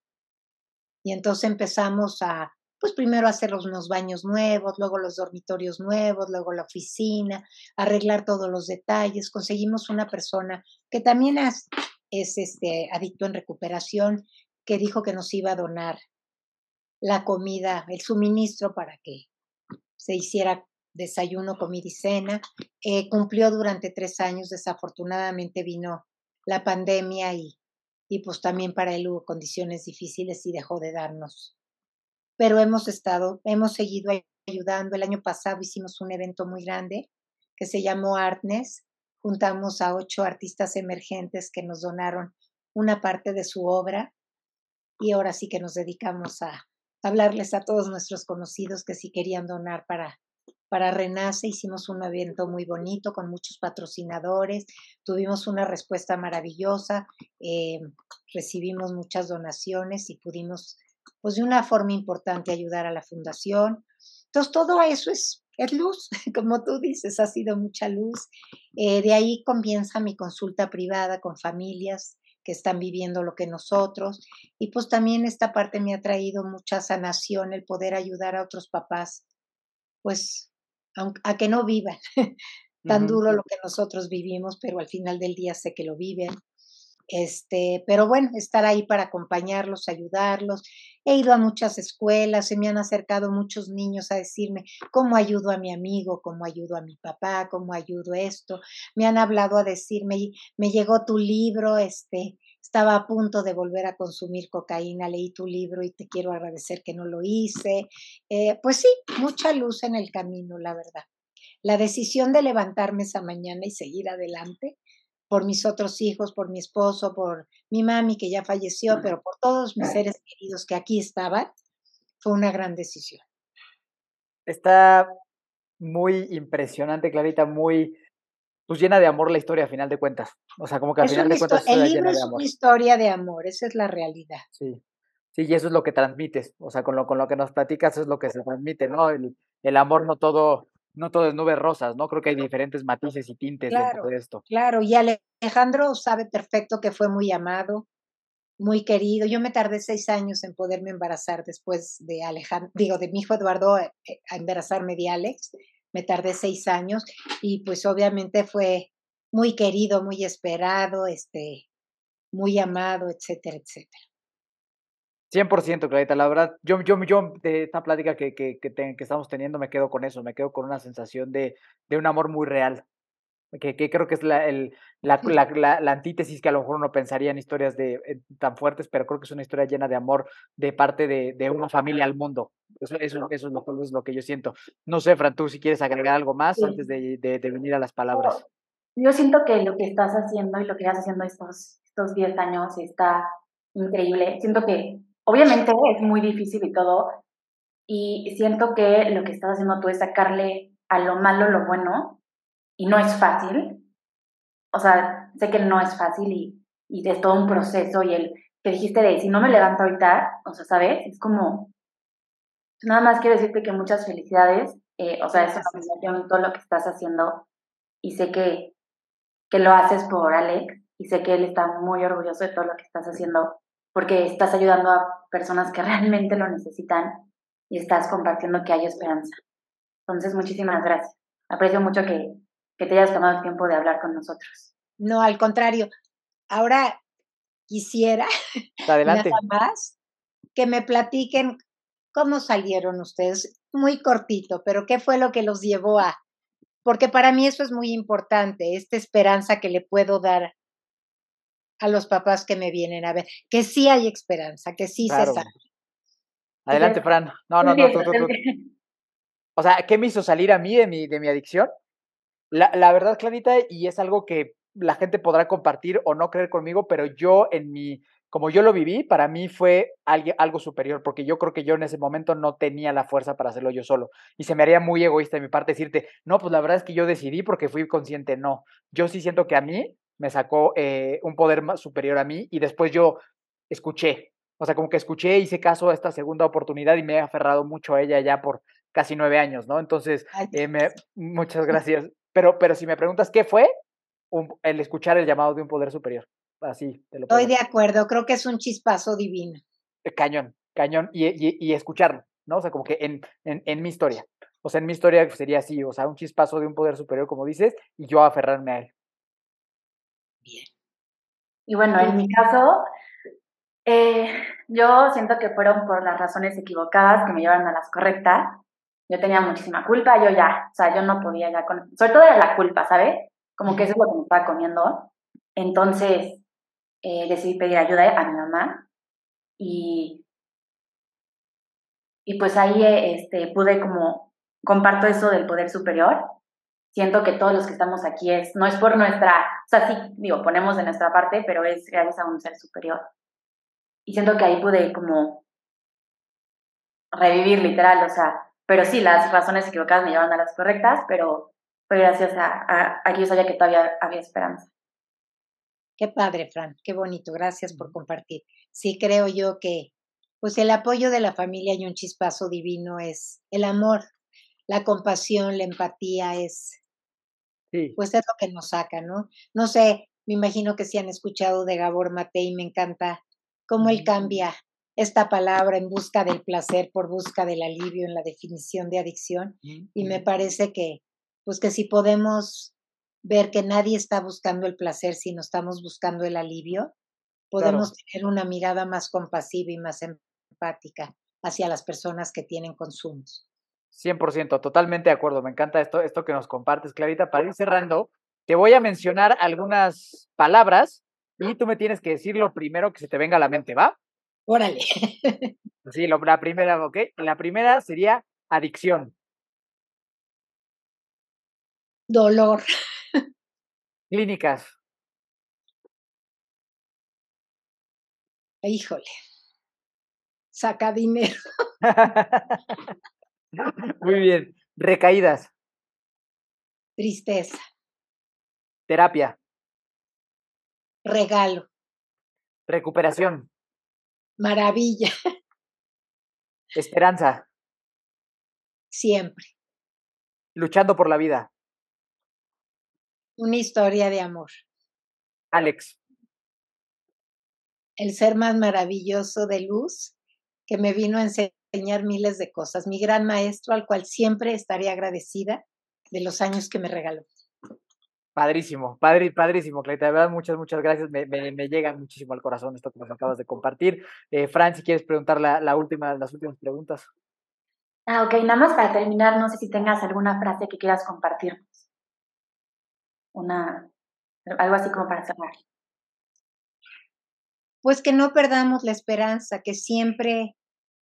Y entonces empezamos pues primero a hacer unos baños nuevos, luego los dormitorios nuevos, luego la oficina, arreglar todos los detalles. Conseguimos una persona que también es adicto en recuperación, que dijo que nos iba a donar la comida, el suministro para que se hiciera desayuno, comida y cena. Cumplió durante 3 años, desafortunadamente vino la pandemia y pues también para él hubo condiciones difíciles y dejó de darnos. Pero hemos seguido ayudando. El año pasado hicimos un evento muy grande que se llamó Artness. Juntamos a 8 artistas emergentes que nos donaron una parte de su obra y ahora sí que nos dedicamos a hablarles a todos nuestros conocidos que si querían donar para Renace. Hicimos un evento muy bonito con muchos patrocinadores, tuvimos una respuesta maravillosa, recibimos muchas donaciones y pudimos, pues de una forma importante, ayudar a la fundación. Entonces, todo eso es luz, como tú dices, ha sido mucha luz. De ahí comienza mi consulta privada con familias que están viviendo lo que nosotros. Y pues también esta parte me ha traído mucha sanación, el poder ayudar a otros papás, pues a que no vivan tan duro lo que nosotros vivimos, pero al final del día sé que lo viven. Pero bueno, estar ahí para acompañarlos, ayudarlos. He ido a muchas escuelas, se me han acercado muchos niños a decirme cómo ayudo a mi amigo, cómo ayudo a mi papá, cómo ayudo esto. Me han hablado a decirme, me llegó tu libro, estaba a punto de volver a consumir cocaína, leí tu libro y te quiero agradecer que no lo hice. Pues sí, mucha luz en el camino, la verdad. La decisión de levantarme esa mañana y seguir adelante por mis otros hijos, por mi esposo, por mi mami que ya falleció, pero por todos mis seres queridos que aquí estaban, fue una gran decisión. Está muy impresionante, Clarita, muy, pues llena de amor la historia a final de cuentas. O sea, como que al final de cuentas El está libro llena de es amor. una historia de amor, esa es la realidad. Sí. Sí, y eso es lo que transmites. O sea, con lo que nos platicas es lo que se transmite, ¿no? El amor no todo es nubes rosas, ¿no? Creo que hay diferentes matices y tintes dentro Claro, de esto. claro, y Alejandro sabe perfecto que fue muy amado, muy querido. Yo me tardé 6 años en poderme embarazar después de de mi hijo Eduardo, a embarazarme de Alex. Me tardé 6 años y, pues, obviamente fue muy querido, muy esperado, muy amado, etcétera, etcétera. 100%, Clarita, la verdad, yo de esta plática que estamos teniendo me quedo con eso, me quedo con una sensación de un amor muy real, que creo que es la antítesis que a lo mejor uno pensaría en historias tan fuertes, pero creo que es una historia llena de amor de parte de una familia al mundo. Eso es lo que yo siento. No sé, Fran, tú si quieres agregar algo más Sí. antes de venir a las palabras. Yo siento que lo que estás haciendo y lo que estás haciendo estos 10 años está increíble. Siento que obviamente es muy difícil y todo, y siento que lo que estás haciendo tú es sacarle a lo malo lo bueno, y no es fácil. O sea, sé que no es fácil y es todo un proceso, y el que dijiste de si no me levanto ahorita, o sea, ¿sabes? Es como, nada más quiero decirte que muchas felicidades, o sea, es una Gracias. admiración todo lo que estás haciendo, y sé que lo haces por Alex, y sé que él está muy orgulloso de todo lo que estás haciendo, porque estás ayudando a personas que realmente lo necesitan y estás compartiendo que hay esperanza. Entonces, muchísimas gracias. Aprecio mucho que te hayas tomado el tiempo de hablar con nosotros. No, al contrario. Ahora quisiera nada Adelante. más que me platiquen cómo salieron ustedes, muy cortito, pero qué fue lo que los llevó a, porque para mí eso es muy importante, esta esperanza que le puedo dar a los papás que me vienen a ver, que sí hay esperanza, que sí se Claro. sabe. Adelante, Fran. No, no, no, Empieza, tú. O sea, ¿qué me hizo salir a mí de mi adicción? La verdad, Clarita, y es algo que la gente podrá compartir o no creer conmigo, pero yo como yo lo viví, para mí fue algo superior, porque yo creo que yo en ese momento no tenía la fuerza para hacerlo yo solo. Y se me haría muy egoísta de mi parte decirte, no, pues la verdad es que yo decidí porque fui consciente. No, yo sí siento que a mí me sacó un poder más superior a mí y después yo escuché. O sea, como que escuché, hice caso a esta segunda oportunidad y me he aferrado mucho a ella ya por casi 9 años, ¿no? Entonces, Ay, muchas gracias. Pero si me preguntas qué fue, el escuchar el llamado de un poder superior. Así te lo estoy pongo. de acuerdo, creo que es un chispazo divino. Cañón, cañón. Y escucharlo, ¿no? O sea, como que en mi historia. O sea, en mi historia sería así, o sea, un chispazo de un poder superior, como dices, y yo aferrarme a él. Bien. Y bueno, Tú, en mi caso, yo siento que fueron por las razones equivocadas que me llevaron a las correctas. Yo tenía muchísima culpa, yo ya, o sea, yo no podía ya con, sobre todo era la culpa, ¿sabes? Como que eso es lo que me estaba comiendo. Entonces, decidí pedir ayuda a mi mamá y, y pues ahí pude como, comparto eso del poder superior. Siento que todos los que estamos aquí no es por nuestra, o sea, sí, digo, ponemos de nuestra parte, pero es gracias a un ser superior. Y siento que ahí pude como revivir literal, o sea, pero sí, las razones equivocadas me llevaron a las correctas, pero fue gracias a que yo sabía que todavía había esperanza. qué padre, Fran, qué bonito, gracias por compartir. Sí, creo yo que, pues el apoyo de la familia y un chispazo divino es el amor, la compasión, la empatía, Sí. pues es lo que nos saca, ¿no? No sé, me imagino que si han escuchado de Gabor Matei, me encanta cómo él Ujú. cambia esta palabra en busca del placer por busca del alivio en la definición de adicción. Ujú, Y me ujú. parece que, pues que si podemos ver que nadie está buscando el placer, sino estamos buscando el alivio, podemos Claro, tener una mirada más compasiva y más empática hacia las personas que tienen consumos. 100%, totalmente de acuerdo. Me encanta esto que nos compartes, Clarita. Para ir cerrando, te voy a mencionar algunas palabras y tú me tienes que decir lo primero que se te venga a la mente, ¿va? Órale, Sí, la primera, ¿ok? La primera sería adicción, dolor, clínicas, híjole, saca dinero, muy bien, recaídas, tristeza, terapia, regalo, recuperación, maravilla, esperanza, siempre. luchando por la vida. Una historia de amor. Alex, El ser más maravilloso de luz que me vino a enseñar miles de cosas. Mi gran maestro al cual siempre estaré agradecida de los años que me regaló. Padrísimo, padrísimo, Clarita, de verdad, muchas gracias, me llega muchísimo al corazón esto que nos acabas de compartir. Fran, si quieres preguntar las últimas preguntas. Ok, nada más para terminar, no sé si tengas alguna frase que quieras compartirnos. Algo así como para cerrar. Pues que no perdamos la esperanza, que siempre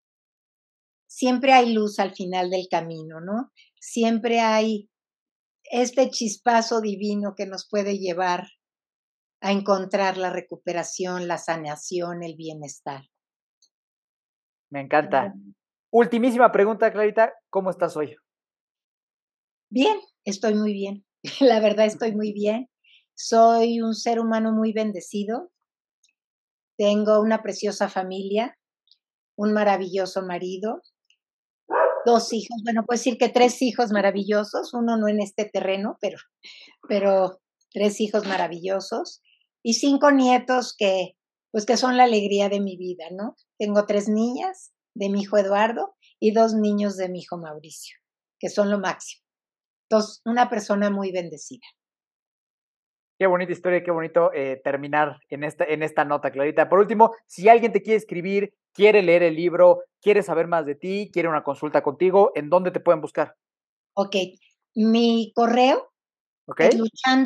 hay luz al final del camino, ¿no? Siempre hay este chispazo divino que nos puede llevar a encontrar la recuperación, la sanación, el bienestar. Me encanta. Ultimísima pregunta, Clarita, ¿cómo estás hoy? Bien, estoy muy bien. La verdad estoy muy bien. Soy un ser humano muy bendecido. Tengo una preciosa familia, un maravilloso marido, 2 hijos, bueno, puedo decir que 3 hijos maravillosos, uno no en este terreno, pero 3 hijos maravillosos y 5 nietos pues, que son la alegría de mi vida, ¿no? Tengo 3 niñas de mi hijo Eduardo y 2 niños de mi hijo Mauricio, que son lo máximo. Entonces, una persona muy bendecida. Qué bonita historia, qué bonito terminar en esta nota, Clarita. Por último, si alguien te quiere escribir, quiere leer el libro, quiere saber más de ti, quiere una consulta contigo, ¿en dónde te pueden buscar? Ok, mi correo ¿Ok? es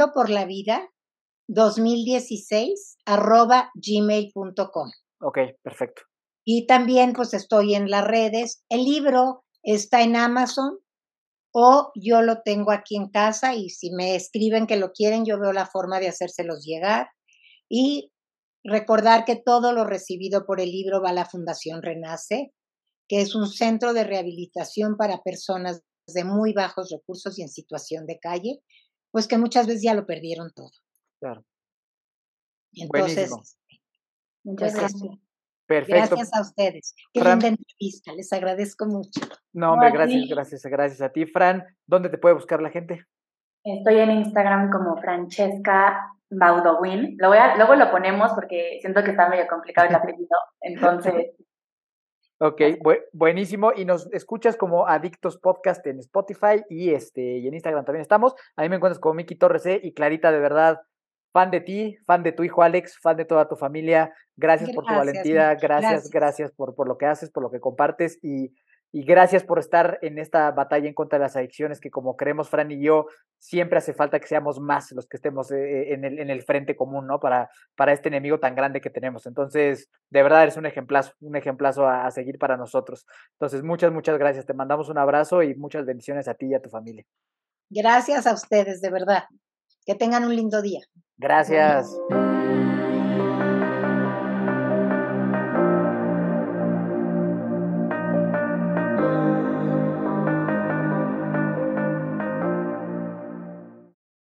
luchandoporlavida2016 @gmail.com. Ok, perfecto. Y también pues estoy en las redes. El libro está en Amazon o yo lo tengo aquí en casa y si me escriben que lo quieren, yo veo la forma de hacérselos llegar. Y recordar que todo lo recibido por el libro va a la Fundación Renace, que es un centro de rehabilitación para personas de muy bajos recursos y en situación de calle, pues que muchas veces ya lo perdieron todo. Claro. Entonces, Buenísimo. Muchas pues gracias. eso. Perfecto. Gracias a ustedes. Qué Fran, linda entrevista, les agradezco mucho. no, No, hombre, a ti. gracias a ti. Fran, ¿dónde te puede buscar la gente? Estoy en Instagram como Francesca Baudowin. Luego lo ponemos porque siento que está medio complicado el apellido. Entonces, Ok, buenísimo. Y nos escuchas como Adictos Podcast en Spotify y en Instagram también estamos. A mí me encuentras como Miki Torres y Clarita, de verdad, fan de ti, fan de tu hijo Alex, fan de toda tu familia. Gracias por tu Gracias, valentía, Miki, gracias. gracias por lo que haces, por lo que compartes y gracias por estar en esta batalla en contra de las adicciones que como creemos Fran y yo, siempre hace falta que seamos más los que estemos en el frente común, ¿no? Para este enemigo tan grande que tenemos. Entonces, de verdad eres un ejemplazo a seguir para nosotros. Entonces, muchas gracias. Te mandamos un abrazo y muchas bendiciones a ti y a tu familia. Gracias a ustedes, de verdad. Que tengan un lindo día. Gracias.